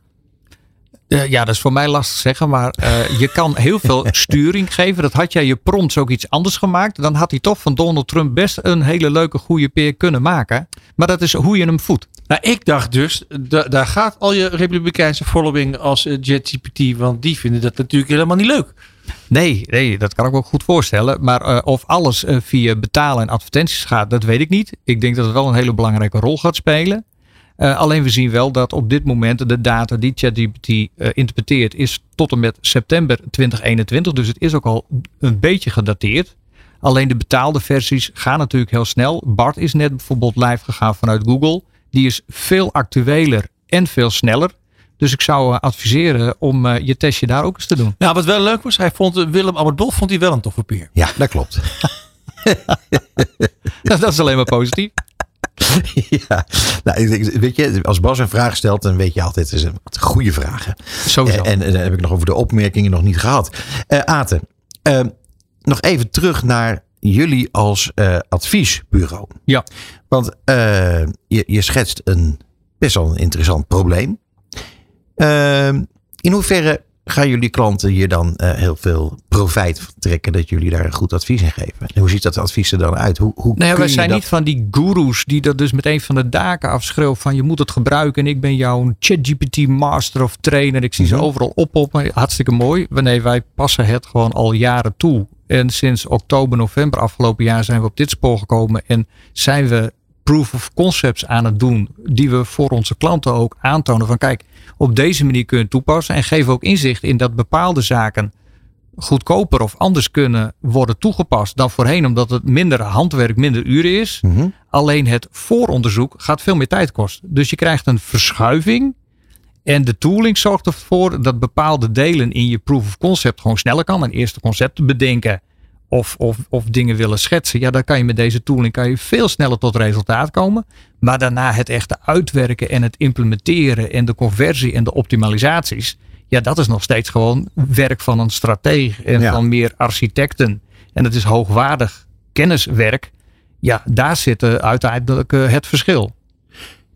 Uh, ja, dat is voor mij lastig zeggen. Maar uh, je kan heel veel sturing geven. Dat had jij je prompts ook iets anders gemaakt. Dan had hij toch van Donald Trump best een hele leuke goede peer kunnen maken. Maar dat is hoe je hem voedt. Nou, ik dacht dus, da- daar gaat al je Republikeinse following als uh, ChatGPT, want die vinden dat natuurlijk helemaal niet leuk. Nee, nee, dat kan ik me ook goed voorstellen. Maar uh, of alles uh, via betalen en advertenties gaat, dat weet ik niet. Ik denk dat het wel een hele belangrijke rol gaat spelen. Uh, alleen we zien wel dat op dit moment de data die ChatGPT uh, interpreteert is tot en met september twintig eenentwintig. Dus het is ook al een beetje gedateerd. Alleen de betaalde versies gaan natuurlijk heel snel. Bart is net bijvoorbeeld live gegaan vanuit Google. Die is veel actueler en veel sneller. Dus ik zou uh, adviseren om uh, je testje daar ook eens te doen. Nou, wat wel leuk was, hij vond uh, Willem Albert Bol vond hij wel een toffe peer. Ja, dat klopt. Dat is alleen maar positief. Ja, nou, ik denk, weet je, als Bas een vraag stelt, dan weet je altijd, het is een wat goede vragen. Sowieso. En, en dan heb ik nog over de opmerkingen nog niet gehad. Uh, Aten, uh, nog even terug naar jullie als uh, adviesbureau. Ja. Want uh, je, je schetst een best wel een interessant probleem. Uh, in hoeverre gaan jullie klanten hier dan uh, heel veel profijt van trekken dat jullie daar een goed advies in geven? En hoe ziet dat advies er dan uit? Hoe, hoe Nou ja, kun wij je zijn dat... niet van die goeroes die dat dus meteen van de daken afschreeuwen van je moet het gebruiken en ik ben jouw ChatGPT master of trainer. Ik zie ze Mm-hmm. overal oppoppen. Hartstikke mooi. Wanneer wij passen het gewoon al jaren toe. En sinds oktober, november afgelopen jaar zijn we op dit spoor gekomen en zijn we proof of concepts aan het doen die we voor onze klanten ook aantonen van kijk, op deze manier kun je het toepassen en geven ook inzicht in dat bepaalde zaken goedkoper of anders kunnen worden toegepast dan voorheen, omdat het minder handwerk, minder uren is. Mm-hmm. Alleen het vooronderzoek gaat veel meer tijd kosten. Dus je krijgt een verschuiving en de tooling zorgt ervoor dat bepaalde delen in je proof of concept gewoon sneller kan. Een eerste concept bedenken of, of, of dingen willen schetsen. Ja, dan kan je met deze tooling kan je veel sneller tot resultaat komen. Maar daarna het echte uitwerken en het implementeren en de conversie en de optimalisaties. Ja, dat is nog steeds gewoon werk van een strateeg en Ja. van meer architecten. En het is hoogwaardig kenniswerk. Ja, daar zit uh, uiteindelijk uh, het verschil.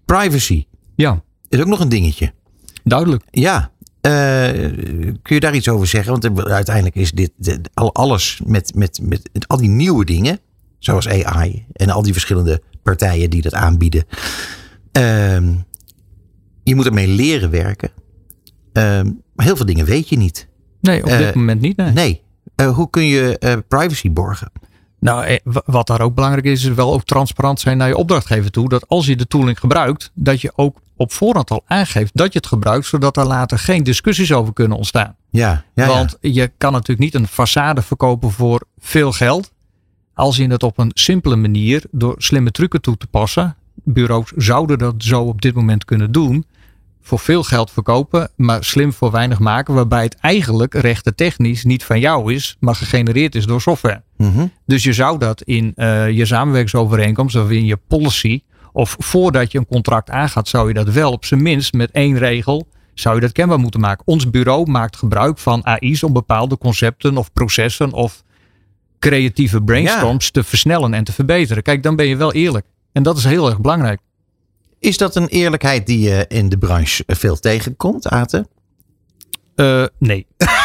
Privacy. Ja. Is ook nog een dingetje. Duidelijk. Ja. Uh, kun je daar iets over zeggen? Want uiteindelijk is dit de, alles met, met, met al die nieuwe dingen. Zoals A I. En al die verschillende partijen die dat aanbieden. Uh, je moet ermee leren werken. Uh, maar heel veel dingen weet je niet. Nee, op dit uh, moment niet. Nee. nee. Uh, hoe kun je uh, privacy borgen? Nou, wat daar ook belangrijk is, is wel ook transparant zijn naar je opdrachtgever toe. Dat als je de tooling gebruikt, dat je ook op voorhand al aangeeft dat je het gebruikt, zodat er later geen discussies over kunnen ontstaan. Ja, ja, Want ja. je kan natuurlijk niet een façade verkopen voor veel geld. Als je het op een simpele manier door slimme trucken toe te passen. Bureaus zouden dat zo op dit moment kunnen doen. Voor veel geld verkopen, maar slim voor weinig maken. Waarbij het eigenlijk rechtentechnisch niet van jou is, maar gegenereerd is door software. Mm-hmm. Dus je zou dat in uh, je samenwerkingsovereenkomst of in je policy, of voordat je een contract aangaat, zou je dat wel op zijn minst met één regel, zou je dat kenbaar moeten maken. Ons bureau maakt gebruik van A I's om bepaalde concepten of processen of creatieve brainstorms ja. te versnellen en te verbeteren. Kijk, dan ben je wel eerlijk. En dat is heel erg belangrijk. Is dat een eerlijkheid die je in de branche veel tegenkomt, Aten? Uh, nee.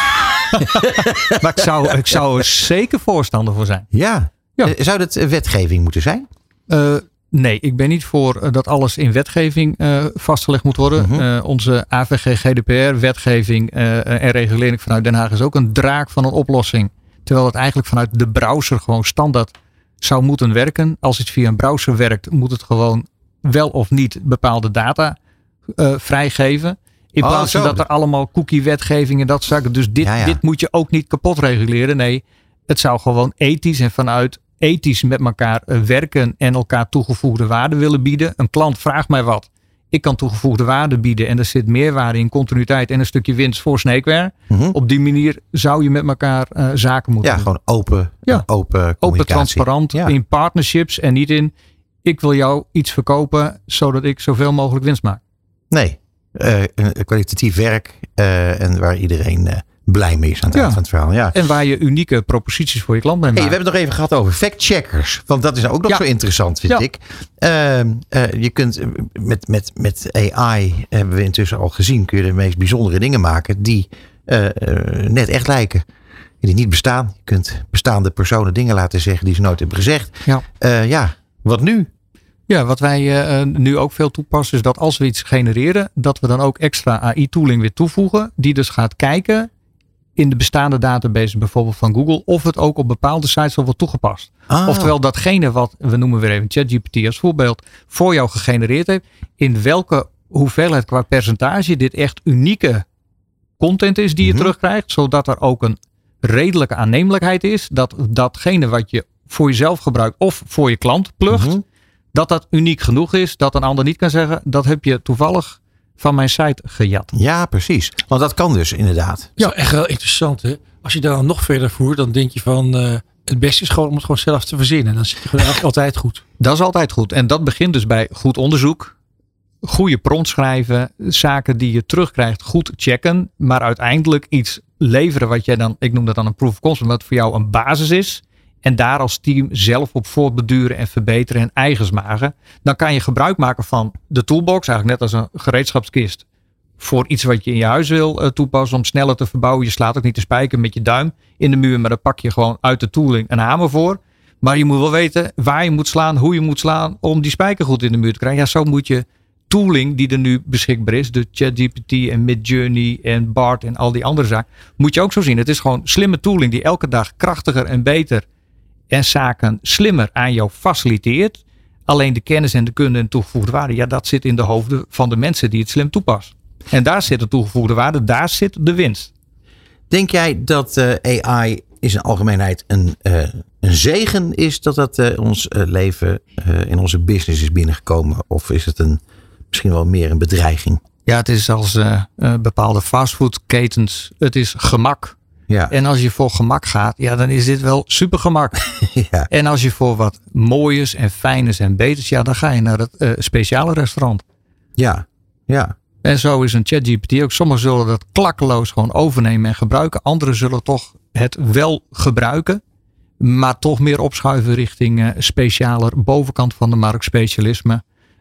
Maar ik zou, ik zou er zeker voorstander voor zijn. Ja. ja. Zou dat wetgeving moeten zijn? Uh, nee, ik ben niet voor dat alles in wetgeving uh, vastgelegd moet worden. Uh-huh. Uh, onze A V G, G D P R, wetgeving uh, en regulering vanuit Den Haag is ook een draak van een oplossing. Terwijl het eigenlijk vanuit de browser gewoon standaard zou moeten werken. Als het via een browser werkt, moet het gewoon wel of niet bepaalde data uh, vrijgeven. In oh, plaats van zo. dat er allemaal cookie-wetgeving en dat soort zaken. Dus dit, ja, ja. dit moet je ook niet kapot reguleren. Nee, het zou gewoon ethisch en vanuit ethisch met elkaar uh, werken en elkaar toegevoegde waarde willen bieden. Een klant vraagt mij wat. Ik kan toegevoegde waarde bieden en er zit meerwaarde in, continuïteit en een stukje winst voor Snakeware. Mm-hmm. Op die manier zou je met elkaar uh, zaken moeten ja, doen. gewoon open, ja, open open, transparant, ja. in partnerships en niet in ik wil jou iets verkopen zodat ik zoveel mogelijk winst maak. Nee, uh, kwalitatief werk uh, en waar iedereen uh, blij mee is aan het ja. eind van het verhaal. Ja. En waar je unieke proposities voor je klant mee maakt. Hey, we hebben het nog even gehad over fact-checkers. Want dat is nou ook nog ja. zo interessant, vind ja. ik. Uh, uh, je kunt met, met, met A I, hebben we intussen al gezien, kun je de meest bijzondere dingen maken die uh, uh, net echt lijken. Die niet bestaan. Je kunt bestaande personen dingen laten zeggen die ze nooit hebben gezegd. Ja, uh, ja. Wat nu? Ja, wat wij uh, nu ook veel toepassen is dat als we iets genereren, dat we dan ook extra A I-tooling weer toevoegen. Die dus gaat kijken in de bestaande database bijvoorbeeld van Google of het ook op bepaalde sites al wordt toegepast. Ah. Oftewel datgene wat, we noemen weer even ChatGPT als voorbeeld, voor jou gegenereerd heeft. In welke hoeveelheid qua percentage dit echt unieke content is die je mm-hmm. terugkrijgt. Zodat er ook een redelijke aannemelijkheid is. Dat datgene wat je voor jezelf gebruikt of voor je klant plucht. Mm-hmm. Dat dat uniek genoeg is. Dat een ander niet kan zeggen. Dat heb je toevallig van mijn site gejat. Ja, precies. Want dat kan dus inderdaad. Ja, echt wel interessant. Hè? Als je daar dan nog verder voert. Dan denk je van uh, het beste is gewoon om het gewoon zelf te verzinnen. Dan zit je gewoon eigenlijk altijd goed. Dat is altijd goed. En dat begint dus bij goed onderzoek. Goede prompt schrijven. Zaken die je terugkrijgt goed checken. Maar uiteindelijk iets leveren wat jij dan, ik noem dat dan een proof of concept. Wat voor jou een basis is. En daar als team zelf op voortbeduren en verbeteren en eigens maken. Dan kan je gebruik maken van de toolbox. Eigenlijk net als een gereedschapskist. Voor iets wat je in je huis wil uh, toepassen. Om sneller te verbouwen. Je slaat ook niet de spijker met je duim in de muur. Maar dan pak je gewoon uit de tooling een hamer voor. Maar je moet wel weten waar je moet slaan. Hoe je moet slaan. Om die spijker goed in de muur te krijgen. Ja, zo moet je tooling die er nu beschikbaar is. De ChatGPT en Midjourney en Bard en al die andere zaken. Moet je ook zo zien. Het is gewoon slimme tooling die elke dag krachtiger en beter en zaken slimmer aan jou faciliteert. Alleen de kennis en de kunde en toegevoegde waarde, ja, dat zit in de hoofden van de mensen die het slim toepassen. En daar zit de toegevoegde waarde, daar zit de winst. Denk jij dat uh, A I in zijn algemeenheid een, uh, een zegen is dat dat uh, ons uh, leven uh, in onze business is binnengekomen? Of is het een, misschien wel meer een bedreiging? Ja, het is als uh, uh, bepaalde fastfoodketens. Het is gemak. Ja. En als je voor gemak gaat, ja, dan is dit wel super gemak. Ja. En als je voor wat mooiers en fijners en beters, ja, dan ga je naar het uh, speciale restaurant. Ja, ja. En zo is een ChatGPT ook. Sommigen zullen dat klakkeloos gewoon overnemen en gebruiken. Anderen zullen toch het wel gebruiken, maar toch meer opschuiven richting uh, specialer bovenkant van de markt, specialisme.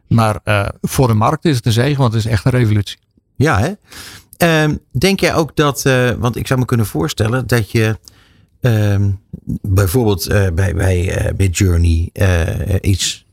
Maar uh, voor de markt is het een zegen, want het is echt een revolutie. Ja, hè? Uh, denk jij ook dat, uh, want ik zou me kunnen voorstellen dat je uh, bijvoorbeeld uh, bij, bij, uh, bij Journey uh, iets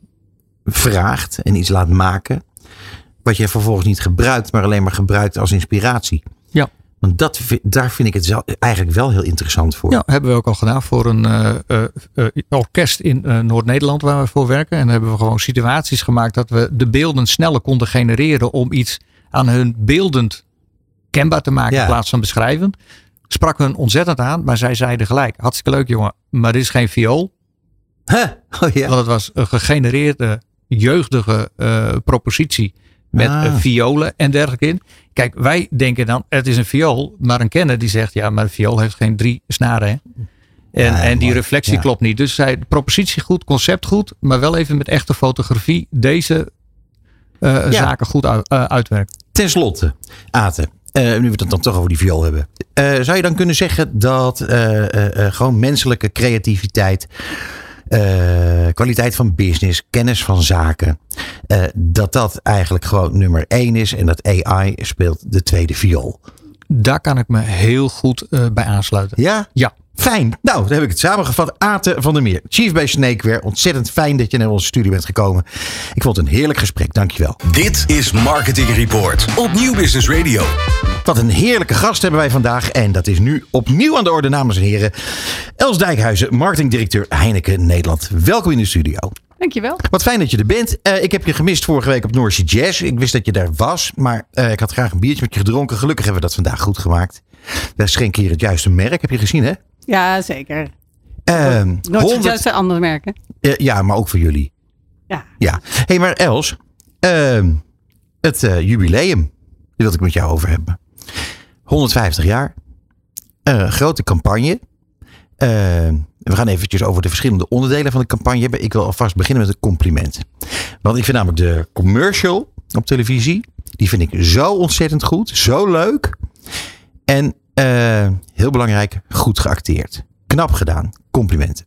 vraagt en iets laat maken, wat je vervolgens niet gebruikt, maar alleen maar gebruikt als inspiratie. Ja. Want dat, daar vind ik het zelf eigenlijk wel heel interessant voor. Ja, hebben we ook al gedaan voor een uh, uh, uh, orkest in uh, Noord-Nederland waar we voor werken. En dan hebben we gewoon situaties gemaakt dat we de beelden sneller konden genereren om iets aan hun beeldend kenbaar te maken, ja, in plaats van beschrijven. Sprak hun ontzettend aan, maar zij zeiden gelijk, hartstikke leuk jongen, maar dit is geen viool. Huh? Oh, ja. Want het was een gegenereerde, jeugdige uh, propositie met ah. uh, violen en dergelijke in. Kijk, wij denken dan, het is een viool, maar een kenner die zegt, ja, maar een viool heeft geen drie snaren. Hè? En, ja, en die mooi. reflectie ja. klopt niet. Dus zij, propositie goed, concept goed, maar wel even met echte fotografie deze uh, ja. zaken goed uit, uh, uitwerken. Ten slotte, Aten, uh, nu we het dan toch over die viool hebben. Uh, zou je dan kunnen zeggen dat uh, uh, uh, gewoon menselijke creativiteit, Uh, kwaliteit van business, kennis van zaken, uh, dat dat eigenlijk gewoon nummer één is en dat A I speelt de tweede viool? Daar kan ik me heel goed uh, bij aansluiten. Ja? Ja. Fijn. Nou, dan heb ik het samengevat. Aten van der Meer, Chief bij Snakeware. Ontzettend fijn dat je naar onze studio bent gekomen. Ik vond het een heerlijk gesprek. Dankjewel. Dit is Marketing Report op Nieuw Business Radio. Wat een heerlijke gast hebben wij vandaag. En dat is nu opnieuw aan de orde, dames en heren. Els Dijkhuizen, marketingdirecteur Heineken Nederland. Welkom in de studio. Dankjewel. Wat fijn dat je er bent. Uh, ik heb je gemist vorige week op North Sea Jazz. Ik wist dat je daar was. Maar uh, ik had graag een biertje met je gedronken. Gelukkig hebben we dat vandaag goed gemaakt. We schenken hier het juiste merk. Heb je gezien, hè? Ja, zeker. Uh, Nooit honderd... juist andere merken. Uh, ja, maar ook voor jullie. Ja. Ja. Hé, hey, maar Els. Uh, het uh, jubileum. Daar wil ik met jou over hebben. honderdvijftig jaar. Uh, grote campagne. Uh, we gaan eventjes over de verschillende onderdelen van de campagne hebben. Ik wil alvast beginnen met een compliment. Want ik vind namelijk de commercial op televisie. Die vind ik zo ontzettend goed. Zo leuk. En uh, heel belangrijk, goed geacteerd. Knap gedaan. Complimenten.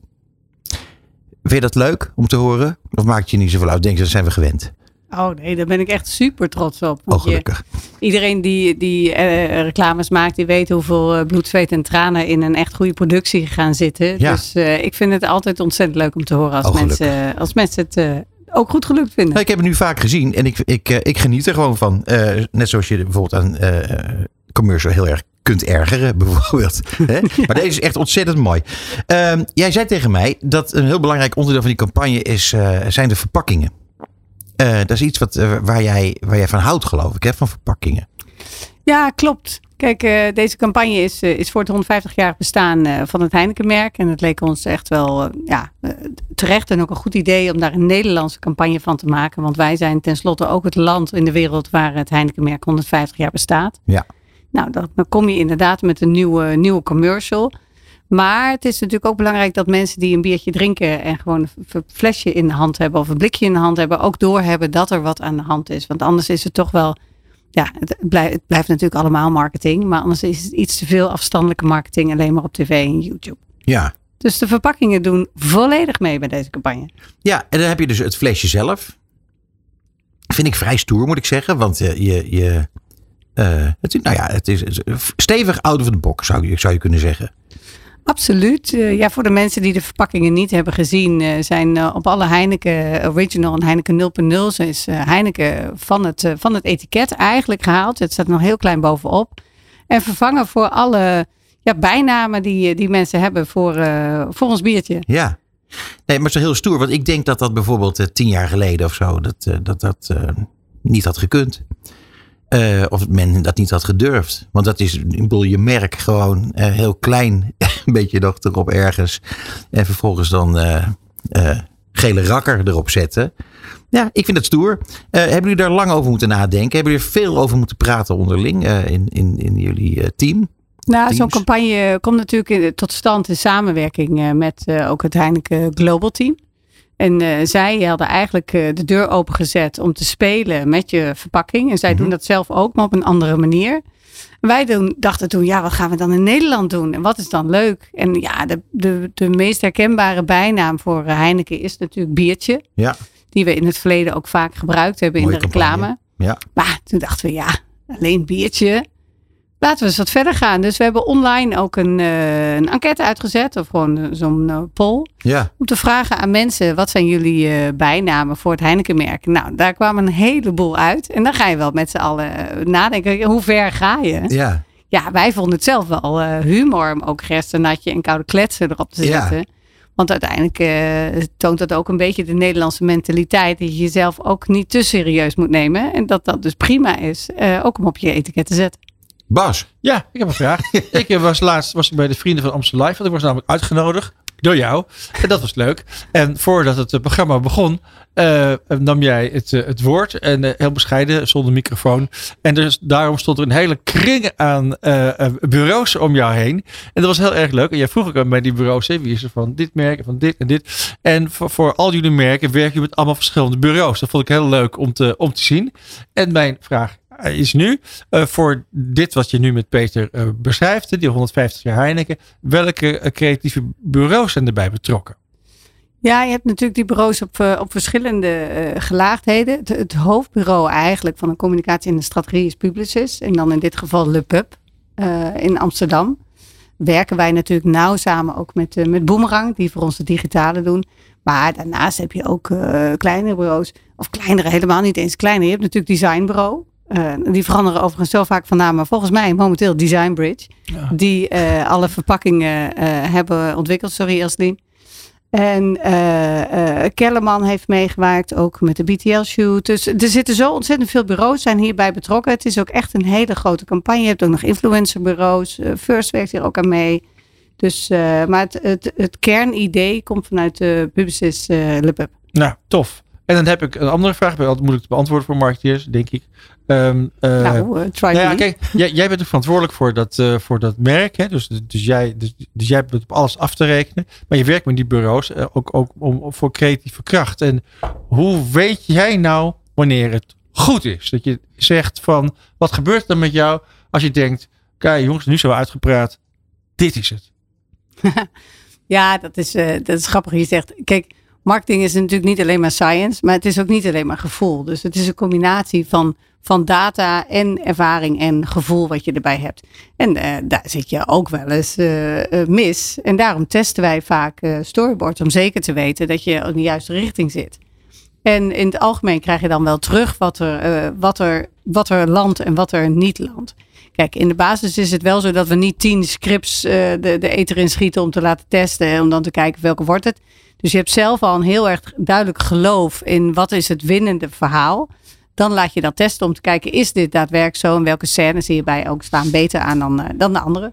Vind je dat leuk om te horen? Of maakt je niet zoveel uit? Denk je, dat zijn we gewend? Oh nee, daar ben ik echt super trots op. Oh, gelukkig. Je, iedereen die, die uh, reclames maakt, die weet hoeveel uh, bloed, zweet en tranen in een echt goede productie gaan zitten. Ja. Dus uh, ik vind het altijd ontzettend leuk om te horen als, oh, mensen, uh, als mensen het uh, ook goed gelukt vinden. Nou, ik heb het nu vaak gezien en ik, ik, uh, ik geniet er gewoon van. Uh, net zoals je bijvoorbeeld aan uh, commercial heel erg kunt ergeren, bijvoorbeeld. Hè? Maar deze is echt ontzettend mooi. Uh, jij zei tegen mij dat een heel belangrijk onderdeel van die campagne is, uh, zijn de verpakkingen. Uh, dat is iets wat, uh, waar, jij, waar jij van houdt, geloof ik, hè? Van verpakkingen. Ja, klopt. Kijk, uh, deze campagne is, uh, is voor het honderdvijftig-jarig bestaan uh, van het Heineken-merk. En het leek ons echt wel uh, ja, uh, terecht en ook een goed idee om daar een Nederlandse campagne van te maken. Want wij zijn tenslotte ook het land in de wereld waar het Heineken-merk honderdvijftig jaar bestaat. Ja. Nou, dan kom je inderdaad met een nieuwe, nieuwe commercial. Maar het is natuurlijk ook belangrijk dat mensen die een biertje drinken en gewoon een flesje in de hand hebben of een blikje in de hand hebben, ook doorhebben dat er wat aan de hand is. Want anders is het toch wel, ja, het blijft, het blijft natuurlijk allemaal marketing, maar anders is het iets te veel afstandelijke marketing alleen maar op tv en YouTube. Ja. Dus de verpakkingen doen volledig mee bij deze campagne. Ja, en dan heb je dus het flesje zelf. Vind ik vrij stoer, moet ik zeggen, want uh, je, je uh, het, nou ja, het is stevig out of the box, zou je, zou je kunnen zeggen. Absoluut. Uh, ja, voor de mensen die de verpakkingen niet hebben gezien, uh, zijn uh, op alle Heineken Original en Heineken nul punt nul is uh, Heineken van het, uh, van het etiket eigenlijk gehaald. Het staat nog heel klein bovenop. En vervangen voor alle ja, bijnamen die, die mensen hebben voor, uh, voor ons biertje. Ja, nee, maar het is heel stoer. Want ik denk dat dat bijvoorbeeld uh, tien jaar geleden of zo, dat uh, dat, dat uh, niet had gekund. Uh, of men dat niet had gedurfd. Want dat is, ik bedoel, je merk gewoon uh, heel klein, een beetje nog erop ergens. En vervolgens dan uh, uh, gele rakker erop zetten. Ja, ik vind het stoer. Uh, hebben jullie daar lang over moeten nadenken? Hebben jullie er veel over moeten praten onderling uh, in, in, in jullie uh, team? Nou, zo'n campagne komt natuurlijk in, tot stand in samenwerking uh, met uh, ook het Heineken Global Team. En uh, zij hadden eigenlijk uh, de deur opengezet om te spelen met je verpakking. En zij mm-hmm. doen dat zelf ook, maar op een andere manier. Wij doen, dachten toen, ja, wat gaan we dan in Nederland doen? En wat is dan leuk? En ja, de, de, de meest herkenbare bijnaam voor Heineken is natuurlijk biertje. Ja. Die we in het verleden ook vaak gebruikt hebben Mooie in de reclame. Campagne. Ja. Maar toen dachten we, ja, alleen biertje. Laten we eens wat verder gaan. Dus we hebben online ook een, uh, een enquête uitgezet. Of gewoon uh, zo'n uh, poll. Ja. Om te vragen aan mensen. Wat zijn jullie uh, bijnamen voor het Heineken-merk? Nou, daar kwam een heleboel uit. En dan ga je wel met z'n allen uh, nadenken. Hoe ver ga je? Ja. Ja, wij vonden het zelf wel uh, humor. Om ook gerstenatje en koude kletsen erop te zetten. Ja. Want uiteindelijk uh, toont dat ook een beetje de Nederlandse mentaliteit. Dat je jezelf ook niet te serieus moet nemen. En dat dat dus prima is. Uh, ook om op je etiket te zetten. Bas. Ja, ik heb een vraag. ik was laatst was ik bij de Vrienden van Amstel Live. Want ik was namelijk uitgenodigd door jou. En dat was leuk. En voordat het programma begon, uh, nam jij het, uh, het woord. En uh, heel bescheiden, zonder microfoon. En dus daarom stond er een hele kring aan uh, uh, bureaus om jou heen. En dat was heel erg leuk. En jij vroeg ook aan bij die bureaus, hè, wie is er van dit merk en van dit en dit. En voor, voor al jullie merken werken jullie met allemaal verschillende bureaus. Dat vond ik heel leuk om te, om te zien. En mijn vraag is nu, uh, voor dit wat je nu met Peter uh, beschrijft, die honderdvijftig jaar Heineken, welke uh, creatieve bureaus zijn erbij betrokken? Ja, je hebt natuurlijk die bureaus op, uh, op verschillende uh, gelaagdheden. Het, het hoofdbureau eigenlijk van de communicatie en de strategie is Publicis. En dan in dit geval Le Pub uh, in Amsterdam. Werken wij natuurlijk nauw samen ook met, uh, met Boomerang, die voor ons de digitale doen. Maar daarnaast heb je ook uh, kleinere bureaus. Of kleinere, helemaal niet eens kleiner. Je hebt natuurlijk designbureau. Uh, die veranderen overigens zo vaak van naam. Maar volgens mij momenteel Design Bridge. Ja. Die uh, alle verpakkingen uh, hebben ontwikkeld. Sorry Elslien. En uh, uh, Kellerman heeft meegewerkt. Ook met de B T L-shoot. Dus er zitten zo ontzettend veel bureaus zijn hierbij betrokken. Het is ook echt een hele grote campagne. Je hebt ook nog influencerbureaus. Uh, First werkt hier ook aan mee. Dus, uh, maar het, het, het kernidee komt vanuit de Publicis uh, Le Pub. Nou, tof. En dan heb ik een andere vraag. Altijd moeilijk te beantwoorden voor marketeers, denk ik. Um, uh, nou, uh, try nou ja, kijk, jij, jij bent ook verantwoordelijk voor dat, uh, voor dat merk. Hè? Dus, dus, jij, dus, dus jij bent op alles af te rekenen. Maar je werkt met die bureaus uh, ook, ook om, om, voor creatieve kracht. En hoe weet jij nou wanneer het goed is? Dat je zegt van, wat gebeurt er met jou als je denkt, kijk jongens, nu zijn we uitgepraat. Dit is het. Ja, dat is, uh, dat is grappig. Je zegt, kijk, marketing is natuurlijk niet alleen maar science, maar het is ook niet alleen maar gevoel. Dus het is een combinatie van, van data en ervaring en gevoel wat je erbij hebt. En uh, daar zit je ook wel eens uh, uh, mis. En daarom testen wij vaak uh, storyboards om zeker te weten dat je in de juiste richting zit. En in het algemeen krijg je dan wel terug wat er, uh, wat er, wat er landt en wat er niet landt. Kijk, in de basis is het wel zo dat we niet tien scripts uh, de, de eter in schieten om te laten testen en om dan te kijken welke wordt het. Dus je hebt zelf al een heel erg duidelijk geloof in wat is het winnende verhaal. Dan laat je dat testen om te kijken, is dit daadwerkelijk zo? En welke scènes hierbij ook staan beter aan dan, uh, dan de andere.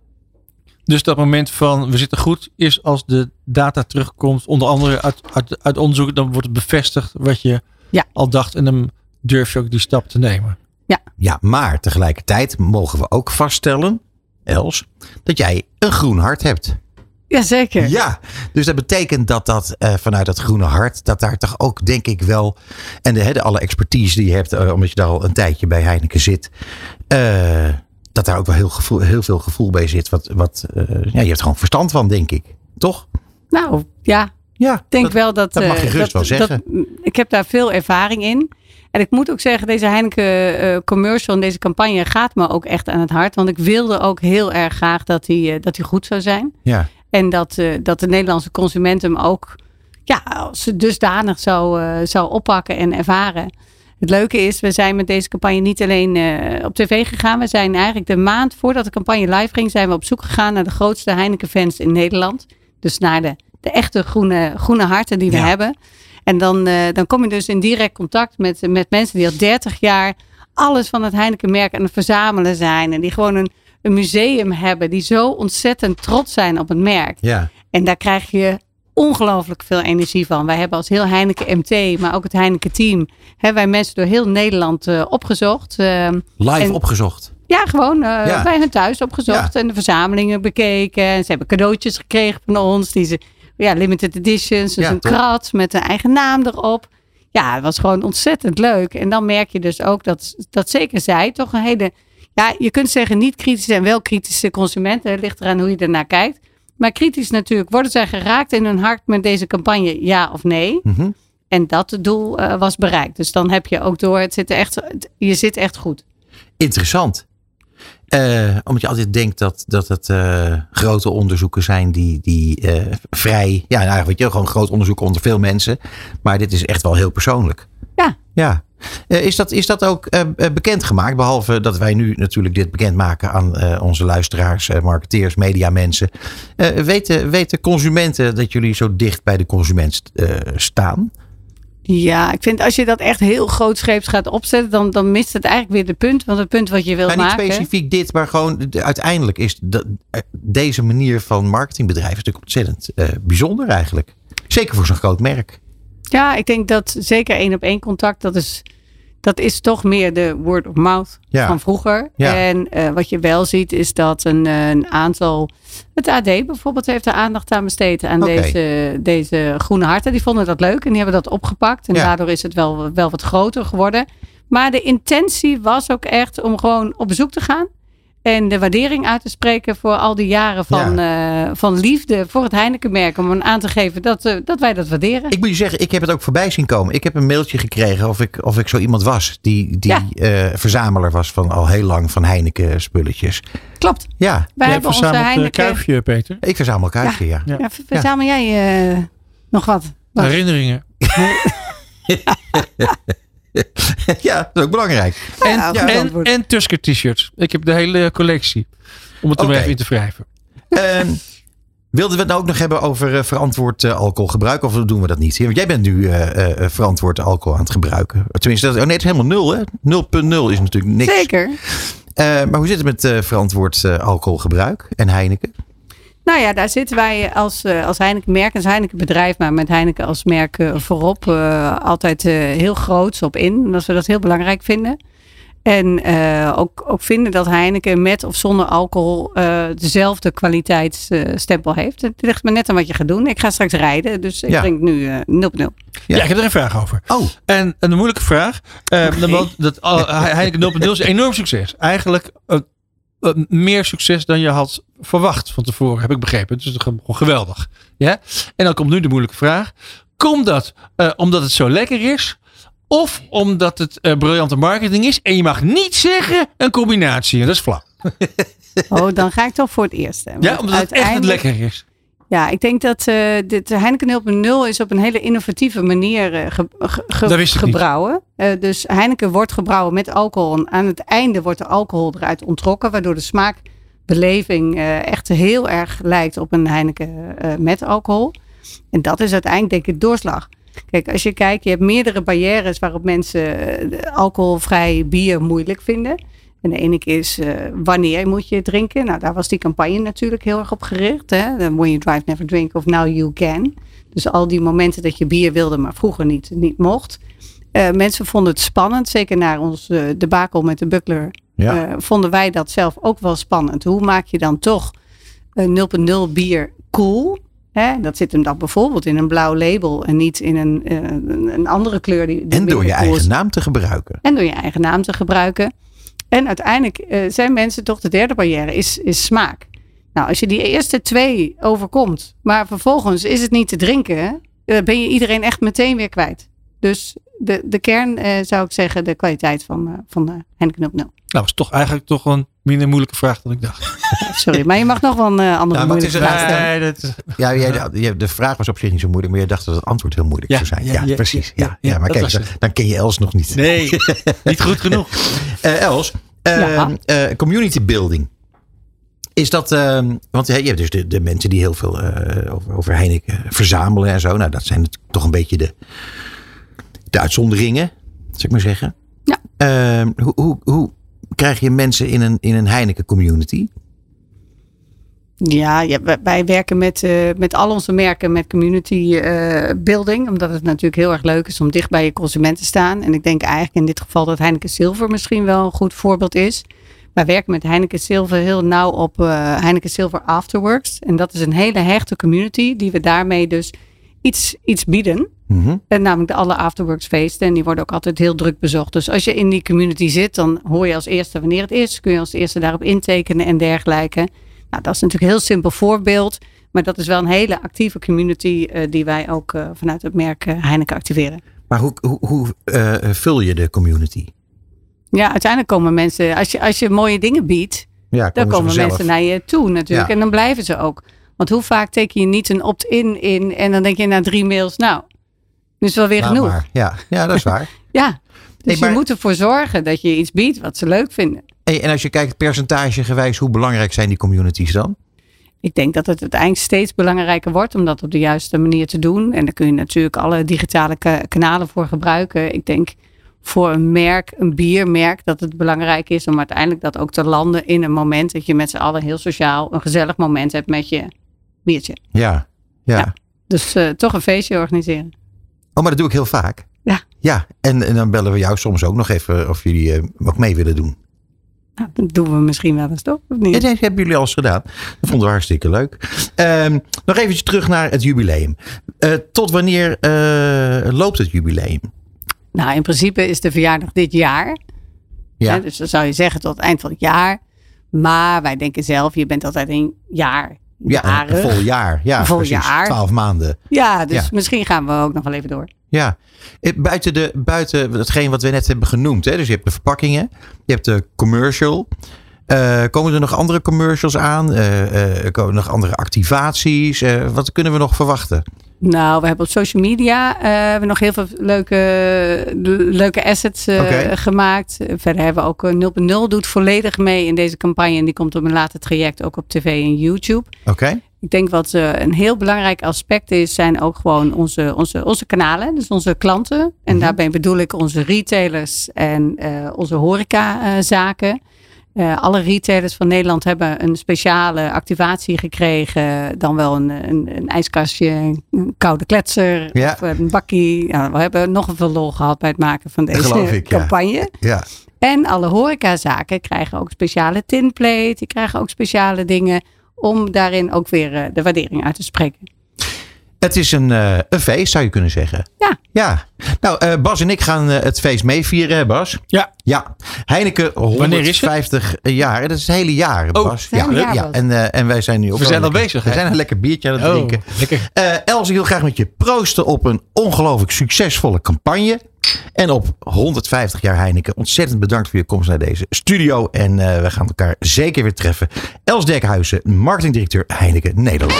Dus dat moment van we zitten goed is als de data terugkomt. Onder andere uit, uit, uit onderzoek. Dan wordt het bevestigd wat je ja. al dacht. En dan durf je ook die stap te nemen. Ja. Ja, maar tegelijkertijd mogen we ook vaststellen, Els, dat jij een groen hart hebt. Jazeker. Ja, dus dat betekent dat dat uh, vanuit dat groene hart, dat daar toch ook denk ik wel, en de, de alle expertise die je hebt, uh, omdat je daar al een tijdje bij Heineken zit, uh, dat daar ook wel heel, gevoel, heel veel gevoel bij zit. Wat, wat, uh, ja, je hebt gewoon verstand van, denk ik. Toch? Nou, ja. Ja, ik denk dat, wel dat... Dat mag je gerust dat, wel zeggen. Dat, ik heb daar veel ervaring in. En ik moet ook zeggen, deze Heineken uh, commercial en deze campagne gaat me ook echt aan het hart. Want ik wilde ook heel erg graag dat die, uh, dat die goed zou zijn. Ja. En dat, uh, dat de Nederlandse consument hem ook ja, als dusdanig zou, uh, zou oppakken en ervaren. Het leuke is, we zijn met deze campagne niet alleen uh, op tv gegaan. We zijn eigenlijk de maand voordat de campagne live ging, zijn we op zoek gegaan naar de grootste Heineken fans in Nederland. Dus naar de, de echte groene, groene harten die we ja. hebben. En dan, uh, dan kom je dus in direct contact met, met mensen die al dertig jaar alles van het Heineken merk aan het verzamelen zijn. En die gewoon een, een museum hebben. Die zo ontzettend trots zijn op het merk. Ja. En daar krijg je ongelooflijk veel energie van. Wij hebben als heel Heineken M T, maar ook het Heineken team, hebben wij mensen door heel Nederland uh, opgezocht. Uh, Live en, opgezocht? Ja, gewoon uh, ja. bij hun thuis opgezocht. Ja. En de verzamelingen bekeken. En ze hebben cadeautjes gekregen van ons. Die ze, ja, limited editions. Dus ja, een krat met een eigen naam erop. Ja, het was gewoon ontzettend leuk. En dan merk je dus ook dat, dat zeker zij toch een hele... Ja, je kunt zeggen niet kritische en wel kritische consumenten. Het ligt eraan hoe je ernaar kijkt. Maar kritisch natuurlijk. Worden zij geraakt in hun hart met deze campagne? Ja of nee? Mm-hmm. En dat doel uh, was bereikt. Dus dan heb je ook door, het zit er echt, je zit echt goed. Interessant. Uh, omdat je altijd denkt dat, dat het uh, grote onderzoeken zijn die, die uh, vrij... Ja, nou, weet je, gewoon groot onderzoek onder veel mensen. Maar dit is echt wel heel persoonlijk. Ja. Ja. Uh, is, dat, is dat ook uh, bekendgemaakt? Behalve dat wij nu natuurlijk dit bekendmaken aan uh, onze luisteraars, uh, marketeers, mediamensen. Uh, weten, weten consumenten dat jullie zo dicht bij de consument uh, staan? Ja, ik vind als je dat echt heel grootscheeps gaat opzetten, dan, dan mist het eigenlijk weer de punt. Want het punt wat je wil maar maken. Niet specifiek dit, maar gewoon de, uiteindelijk is de, deze manier van marketingbedrijven natuurlijk ontzettend uh, bijzonder eigenlijk. Zeker voor zo'n groot merk. Ja, ik denk dat zeker één op één contact, dat is, dat is toch meer de word of mouth ja. van vroeger. Ja. En uh, wat je wel ziet is dat een, een aantal, het A D bijvoorbeeld heeft er aandacht aan besteed aan okay. deze, deze groene harten. Die vonden dat leuk en die hebben dat opgepakt. En ja. daardoor is het wel, wel wat groter geworden. Maar de intentie was ook echt om gewoon op bezoek te gaan. En de waardering uit te spreken voor al die jaren van, ja. uh, van liefde voor het Heineken-merk. Om aan te geven dat, uh, dat wij dat waarderen. Ik moet je zeggen, ik heb het ook voorbij zien komen. Ik heb een mailtje gekregen of ik, of ik zo iemand was. Die, die ja. uh, verzamelaar was van al heel lang van Heineken spulletjes. Klopt. Ja. Wij hebben onze Heineken... Kuifje, Peter. Ik verzamel Kuifje, ja. ja. ja. Verzamel ja. jij uh, nog wat? wat? Herinneringen. Ja, dat is ook belangrijk. En, ja, ja, en, en Tusker t-shirts. Ik heb de hele collectie. Om het er okay. even in te wrijven. Um, wilden we het nou ook nog hebben over uh, verantwoord uh, alcoholgebruik? Of doen we dat niet? Want jij bent nu uh, uh, verantwoord alcohol aan het gebruiken. Tenminste, dat, oh nee, het is helemaal nul. hè? nul punt nul is natuurlijk niks. Zeker. Uh, maar hoe zit het met uh, verantwoord uh, alcoholgebruik en Heineken? Nou ja, daar zitten wij als, als Heineken merk, als Heineken bedrijf, maar met Heineken als merk uh, voorop uh, altijd uh, heel groots op in. Omdat we dat heel belangrijk vinden. En uh, ook, ook vinden dat Heineken met of zonder alcohol uh, dezelfde kwaliteitsstempel uh, heeft. Het ligt me net aan wat je gaat doen. Ik ga straks rijden, dus ik ja. drink nu uh, nul punt nul. Ja. ja, ik heb er een vraag over. Oh. En een moeilijke vraag. Uh, okay. dat, uh, Heineken nul punt nul is een enorm succes. Eigenlijk uh, uh, meer succes dan je had verwacht van tevoren, heb ik begrepen. Dus het is gewoon geweldig. Ja? En dan komt nu de moeilijke vraag. Komt dat uh, omdat het zo lekker is? Of omdat het uh, briljante marketing is? En je mag niet zeggen een combinatie. Dat is flauw. Oh, dan ga ik toch voor het eerste. Ja, omdat het echt het lekker is. Ja, ik denk dat uh, dit Heineken nul punt nul is op een hele innovatieve manier uh, ge, ge, ge, gebrouwen. Uh, dus Heineken wordt gebrouwen met alcohol. En aan het einde wordt de alcohol eruit onttrokken. Waardoor de smaakbeleving uh, echt heel erg lijkt op een Heineken uh, met alcohol. En dat is uiteindelijk denk ik het doorslag. Kijk, als je kijkt, je hebt meerdere barrières waarop mensen uh, alcoholvrij bier moeilijk vinden. En de ene is uh, wanneer moet je drinken? Nou, daar was die campagne natuurlijk heel erg op gericht. Hè? When you drive, never drink of now you can. Dus al die momenten dat je bier wilde, maar vroeger niet, niet mocht. Uh, mensen vonden het spannend. Zeker na ons uh, debakel met de Buckler ja. uh, vonden wij dat zelf ook wel spannend. Hoe maak je dan toch uh, nul punt nul bier cool? Hè? Dat zit hem dan bijvoorbeeld in een blauw label en niet in een, uh, een andere kleur. Die, die en door je cool eigen is. naam te gebruiken. En door je eigen naam te gebruiken. En uiteindelijk uh, zijn mensen toch de derde barrière, is, is smaak. Nou, als je die eerste twee overkomt, maar vervolgens is het niet te drinken, uh, ben je iedereen echt meteen weer kwijt. Dus de, de kern uh, zou ik zeggen, de kwaliteit van, uh, van de Heineken nul punt nul. Nou, is toch eigenlijk toch een minder moeilijke vraag dan ik dacht. Sorry, maar je mag nog wel een uh, andere nou, moeilijke vraag stellen. Nee, dat is... Ja, jij, de, de vraag was op zich niet zo moeilijk, maar je dacht dat het antwoord heel moeilijk ja, zou zijn. Ja, ja, ja precies. Ja, ja, ja, ja maar kijk, dan, dan ken je Els nog niet. Nee, niet goed genoeg. uh, Els, uh, ja. uh, community building. Is dat, uh, want je hebt dus de, de mensen die heel veel uh, over, over Heineken verzamelen en zo. Nou, dat zijn toch een beetje de, de uitzonderingen, zou ik maar zeggen. Ja. Uh, hoe, hoe, hoe krijg je mensen in een, in een Heineken community? Ja, ja wij werken met, uh, met al onze merken met community uh, building. Omdat het natuurlijk heel erg leuk is om dicht bij je consument te staan. En ik denk eigenlijk in dit geval dat Heineken Silver misschien wel een goed voorbeeld is. Wij werken met Heineken Silver heel nauw op uh, Heineken Silver Afterworks. En dat is een hele hechte community die we daarmee dus iets, iets bieden. Mm-hmm. En namelijk de alle Afterworks feesten. En die worden ook altijd heel druk bezocht. Dus als je in die community zit, dan hoor je als eerste wanneer het is. Kun je als eerste daarop intekenen en dergelijke. Nou, dat is natuurlijk een heel simpel voorbeeld. Maar dat is wel een hele actieve community uh, die wij ook uh, vanuit het merk uh, Heineken activeren. Maar hoe, hoe, hoe uh, vul je de community? Ja, uiteindelijk komen mensen, als je, als je mooie dingen biedt, ja, dan komen mensen naar je toe natuurlijk. Ja. En dan blijven ze ook. Want hoe vaak teken je niet een opt-in in en dan denk je na drie mails, nou, nu is wel weer nou, genoeg. Maar, ja. ja, dat is waar. ja, dus hey, maar, je moet ervoor zorgen dat je iets biedt wat ze leuk vinden. Hey, en als je kijkt percentagegewijs, hoe belangrijk zijn die communities dan? Ik denk dat het uiteindelijk steeds belangrijker wordt om dat op de juiste manier te doen. En daar kun je natuurlijk alle digitale ka- kanalen voor gebruiken. Ik denk voor een merk, een biermerk, dat het belangrijk is om uiteindelijk dat ook te landen in een moment dat je met z'n allen heel sociaal een gezellig moment hebt met je biertje. Ja, ja. ja dus uh, toch een feestje organiseren. Oh, maar dat doe ik heel vaak. Ja. Ja, en, en dan bellen we jou soms ook nog even of jullie uh, ook mee willen doen. Nou, dat doen we misschien wel eens toch? Of niet? Ja, dat hebben jullie al eens gedaan. Dat vonden we hartstikke leuk. Um, nog eventjes terug naar het jubileum. Uh, tot wanneer uh, loopt het jubileum? Nou, in principe is de verjaardag dit jaar. Ja. Ja, dus dan zou je zeggen tot het eind van het jaar. Maar wij denken zelf, je bent altijd een jaar. Ja, een vol jaar. Ja, een vol precies. jaar. Twaalf maanden. Ja, dus ja. misschien gaan we ook nog wel even door. Ja, buiten, de, buiten hetgeen wat we net hebben genoemd. Hè? Dus je hebt de verpakkingen. Je hebt de commercial. Uh, komen er nog andere commercials aan? Uh, uh, komen er nog andere activaties? Uh, wat kunnen we nog verwachten? Nou, we hebben op social media uh, we hebben nog heel veel leuke, leuke assets uh, okay. gemaakt. Verder hebben we ook uh, nul punt nul doet volledig mee in deze campagne. En die komt op een later traject ook op tv en YouTube. Oké. Okay. Ik denk wat uh, een heel belangrijk aspect is, zijn ook gewoon onze, onze, onze kanalen. Dus onze klanten. En mm-hmm. daarbij bedoel ik onze retailers en uh, onze horecazaken. Uh, alle retailers van Nederland hebben een speciale activatie gekregen. Dan wel een, een, een ijskastje, een koude kletser ja. of een bakkie. Ja, we hebben nog veel lol gehad bij het maken van deze ik, campagne. Ja. Ja. En alle horecazaken krijgen ook speciale tinplate. Die krijgen ook speciale dingen om daarin ook weer uh, de waardering uit te spreken. Het is een, uh, een feest, zou je kunnen zeggen. Ja. Ja. Nou, uh, Bas en ik gaan uh, het feest meevieren, Bas. Ja. Ja. Heineken honderdvijftig jaar. Dat is het hele jaar, Bas. Oh, ja. jaar, ja. En, uh, en wij zijn nu ook We zijn al lekker, bezig. We hè? zijn een lekker biertje aan het oh, drinken. Lekker. Uh, Els, ik wil graag met je proosten op een ongelooflijk succesvolle campagne. En op honderdvijftig jaar Heineken. Ontzettend bedankt voor je komst naar deze studio. En uh, we gaan elkaar zeker weer treffen. Els Dekhuizen, marketingdirecteur Heineken Nederland.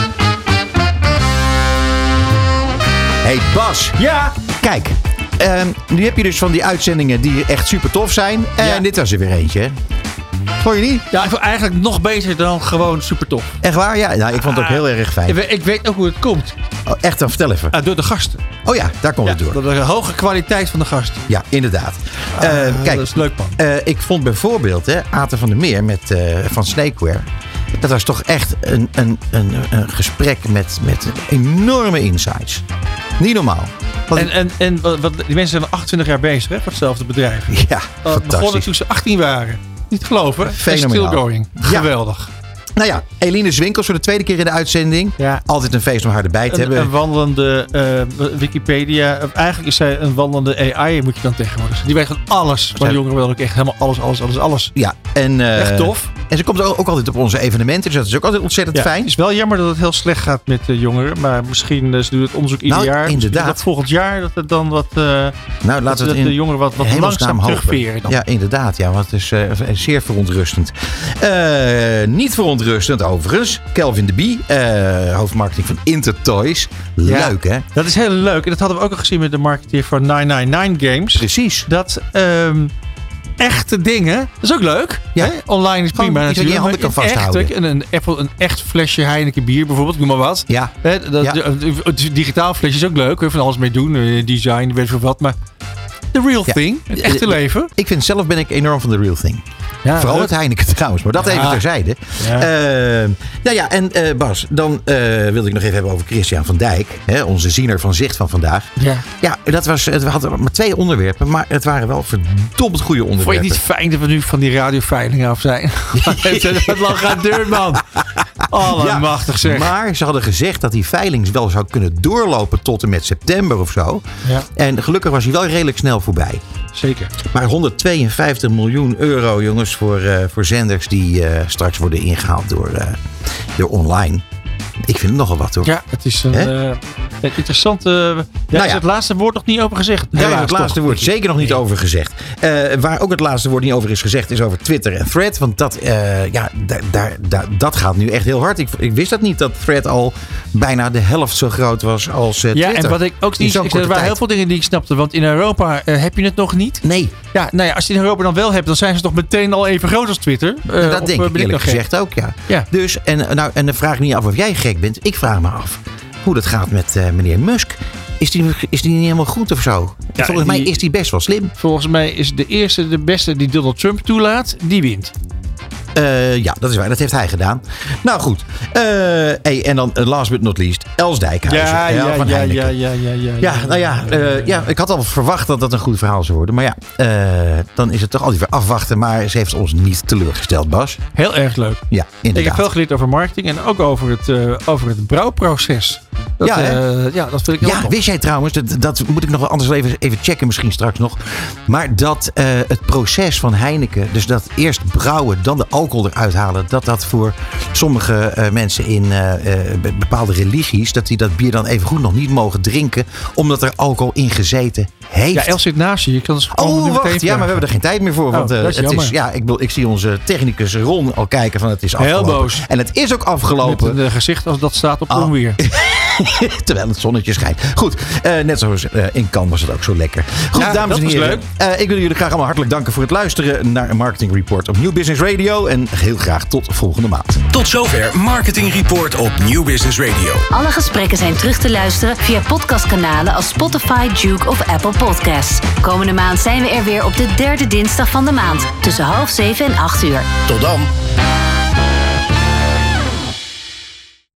Hey Bas. Ja. Kijk, uh, nu heb je dus van die uitzendingen die echt super tof zijn. En ja. dit was er weer eentje. Hè? Vond je niet? Ja, ik vond eigenlijk nog beter dan gewoon super tof. Echt waar? Ja, nou, ik vond het ook heel erg fijn. Ik weet, ik weet ook hoe het komt. Oh, echt, dan vertel even. Ah, door de gasten. Oh ja, daar komt ja, het door. Door de hoge kwaliteit van de gasten. Ja, inderdaad. Ah, uh, kijk, dat is leuk man. Uh, ik vond bijvoorbeeld hè, Aten van der Meer met, uh, van Snakeware. Dat was toch echt een, een, een, een gesprek met, met enorme insights. Niet normaal. Want en en, en wat, die mensen zijn achtentwintig jaar bezig hè, voor hetzelfde bedrijf. Ja, uh, begonnen toen ze achttien waren. Niet te geloven. Fenomenaal. Still going. Geweldig. Ja. Nou ja, Eline Zwinkels voor de tweede keer in de uitzending. Ja. Altijd een feest om haar erbij te een, hebben. Een wandelende uh, Wikipedia. Eigenlijk is zij een wandelende A I, moet je dan tegenwoordig. Die weet gewoon alles. Maar de jongeren willen ook echt helemaal alles, alles, alles, alles. Ja, en, uh, echt tof. En ze komt ook altijd op onze evenementen. Dus dat is ook altijd ontzettend ja, fijn. Het is wel jammer dat het heel slecht gaat met de jongeren. Maar misschien uh, ze doen het onderzoek ieder nou, jaar. Inderdaad. Dat volgend jaar dat het dan wat. Uh, nou, laten dat, we het dat de jongeren wat, wat langzaam terugveren. Dan. Ja, inderdaad. Ja, want het is uh, zeer verontrustend. Uh, niet verontrustend overigens. Kelvin de Bie, uh, hoofdmarketing van Intertoys. Leuk ja, hè? Dat is heel leuk. En dat hadden we ook al gezien met de marketeer van negenhonderdnegenennegentig Games. Precies. Dat um, echte dingen, dat is ook leuk. Ja. Hè? Online is prima natuurlijk. Dat je je handen kan vasthouden. Echt, een, een, een echt flesje Heineken bier bijvoorbeeld, noem maar wat. Ja. Hè? Dat, ja. Het digitaal flesje is ook leuk. Kun je van alles mee doen. Design, weet je wat. Maar the real ja. thing. Het echte leven. Ik vind zelf ben ik enorm van de real thing. Ja, Vooral leuk. met Heineken trouwens, maar dat ja. even terzijde. Ja. Uh, nou ja, en uh, Bas, dan uh, wilde ik nog even hebben over Christian van Dijk. Hè, onze ziener van Zicht van vandaag. Ja, ja dat was, we hadden maar twee onderwerpen, maar het waren wel verdomd goede onderwerpen. Vond je het niet fijn dat we nu van die radioveilingen af zijn? Het lang gaat duren, man. Allemachtig zeg. Maar ze hadden gezegd dat die veiling wel zou kunnen doorlopen tot en met september of zo. Ja. En gelukkig was hij wel redelijk snel voorbij. Zeker. Maar honderdtweeënvijftig miljoen euro, jongens, voor, uh, voor zenders die uh, straks worden ingehaald door, uh, door online. Ik vind het nogal wat hoor. Ja, het is een, uh, een interessante... Uh, daar nou is ja. het laatste woord nog niet over gezegd. Daar is Ja, het laatste toch. woord zeker nog niet over gezegd. Uh, waar ook het laatste woord niet over is gezegd is over Twitter en Thread. Want dat, uh, ja, daar, daar, daar, dat gaat nu echt heel hard. Ik, ik wist dat niet dat Thread al bijna de helft zo groot was als uh, Twitter. Ja, en wat ik ook niet... Ik, er waren heel veel dingen die ik snapte. Want in Europa uh, heb je het nog niet. Nee. Ja, nou ja, als je het in Europa dan wel hebt, dan zijn ze toch meteen al even groot als Twitter. Uh, dat of, denk uh, ik eerlijk gezegd ook, ja. ja. Dus, en, nou, en dan vraag ik niet af of jij gek bent. Ik vraag me af hoe dat gaat met uh, meneer Musk. Is die, is die niet helemaal goed of zo? Ja, volgens die, mij is die best wel slim. Volgens mij is de eerste, de beste die Donald Trump toelaat, die wint. Uh, ja, dat is waar. Dat heeft hij gedaan. Nou goed. Uh, hey, en dan uh, last but not least, Els Dijkhuizen. Ja, ja, van ja, ja, Heineken. ja, ja, ja, Ja, nou ja, uh, ja, ik had al verwacht dat dat een goed verhaal zou worden. Maar ja, uh, dan is het toch altijd weer afwachten. Maar ze heeft ons niet teleurgesteld, Bas. Heel erg leuk. Ja, inderdaad. Ik heb veel geleerd over marketing en ook over het, uh, over het brouwproces. Dat, ja, uh, ja, dat vind ik heel Ja, tof. wist jij trouwens, dat, dat moet ik nog wel anders even, even checken misschien straks nog. Maar dat uh, het proces van Heineken, dus dat eerst brouwen, dan de alcohol eruit halen. Dat dat voor sommige uh, mensen in uh, uh, bepaalde religies, dat die dat bier dan even goed nog niet mogen drinken. Omdat er alcohol in gezeten heeft. Ja, Els zit naast je. Je kan het Oh, nu wacht. Ja, maar we hebben er geen tijd meer voor. Oh, want uh, dat is het jammer. is, ja, ik, bedoel, ik zie onze technicus Ron al kijken van het is Heel afgelopen. boos. En het is ook afgelopen. Met een uh, gezicht als dat staat op Oh. onweer. Terwijl het zonnetje schijnt. Goed, uh, net zoals uh, in Cannes was het ook zo lekker. Goed, Ja, dames dat en was heren. Uh, ik wil jullie graag allemaal hartelijk danken voor het luisteren naar een Marketing Report op Nieuw Business Radio. En heel graag tot volgende maand. Tot zover Marketing Report op Nieuw Business Radio. Alle gesprekken zijn terug te luisteren via podcastkanalen als Spotify, Juke of Apple Podcasts. Komende maand zijn we er weer op de derde dinsdag van de maand. Tussen half zeven en acht uur. Tot dan.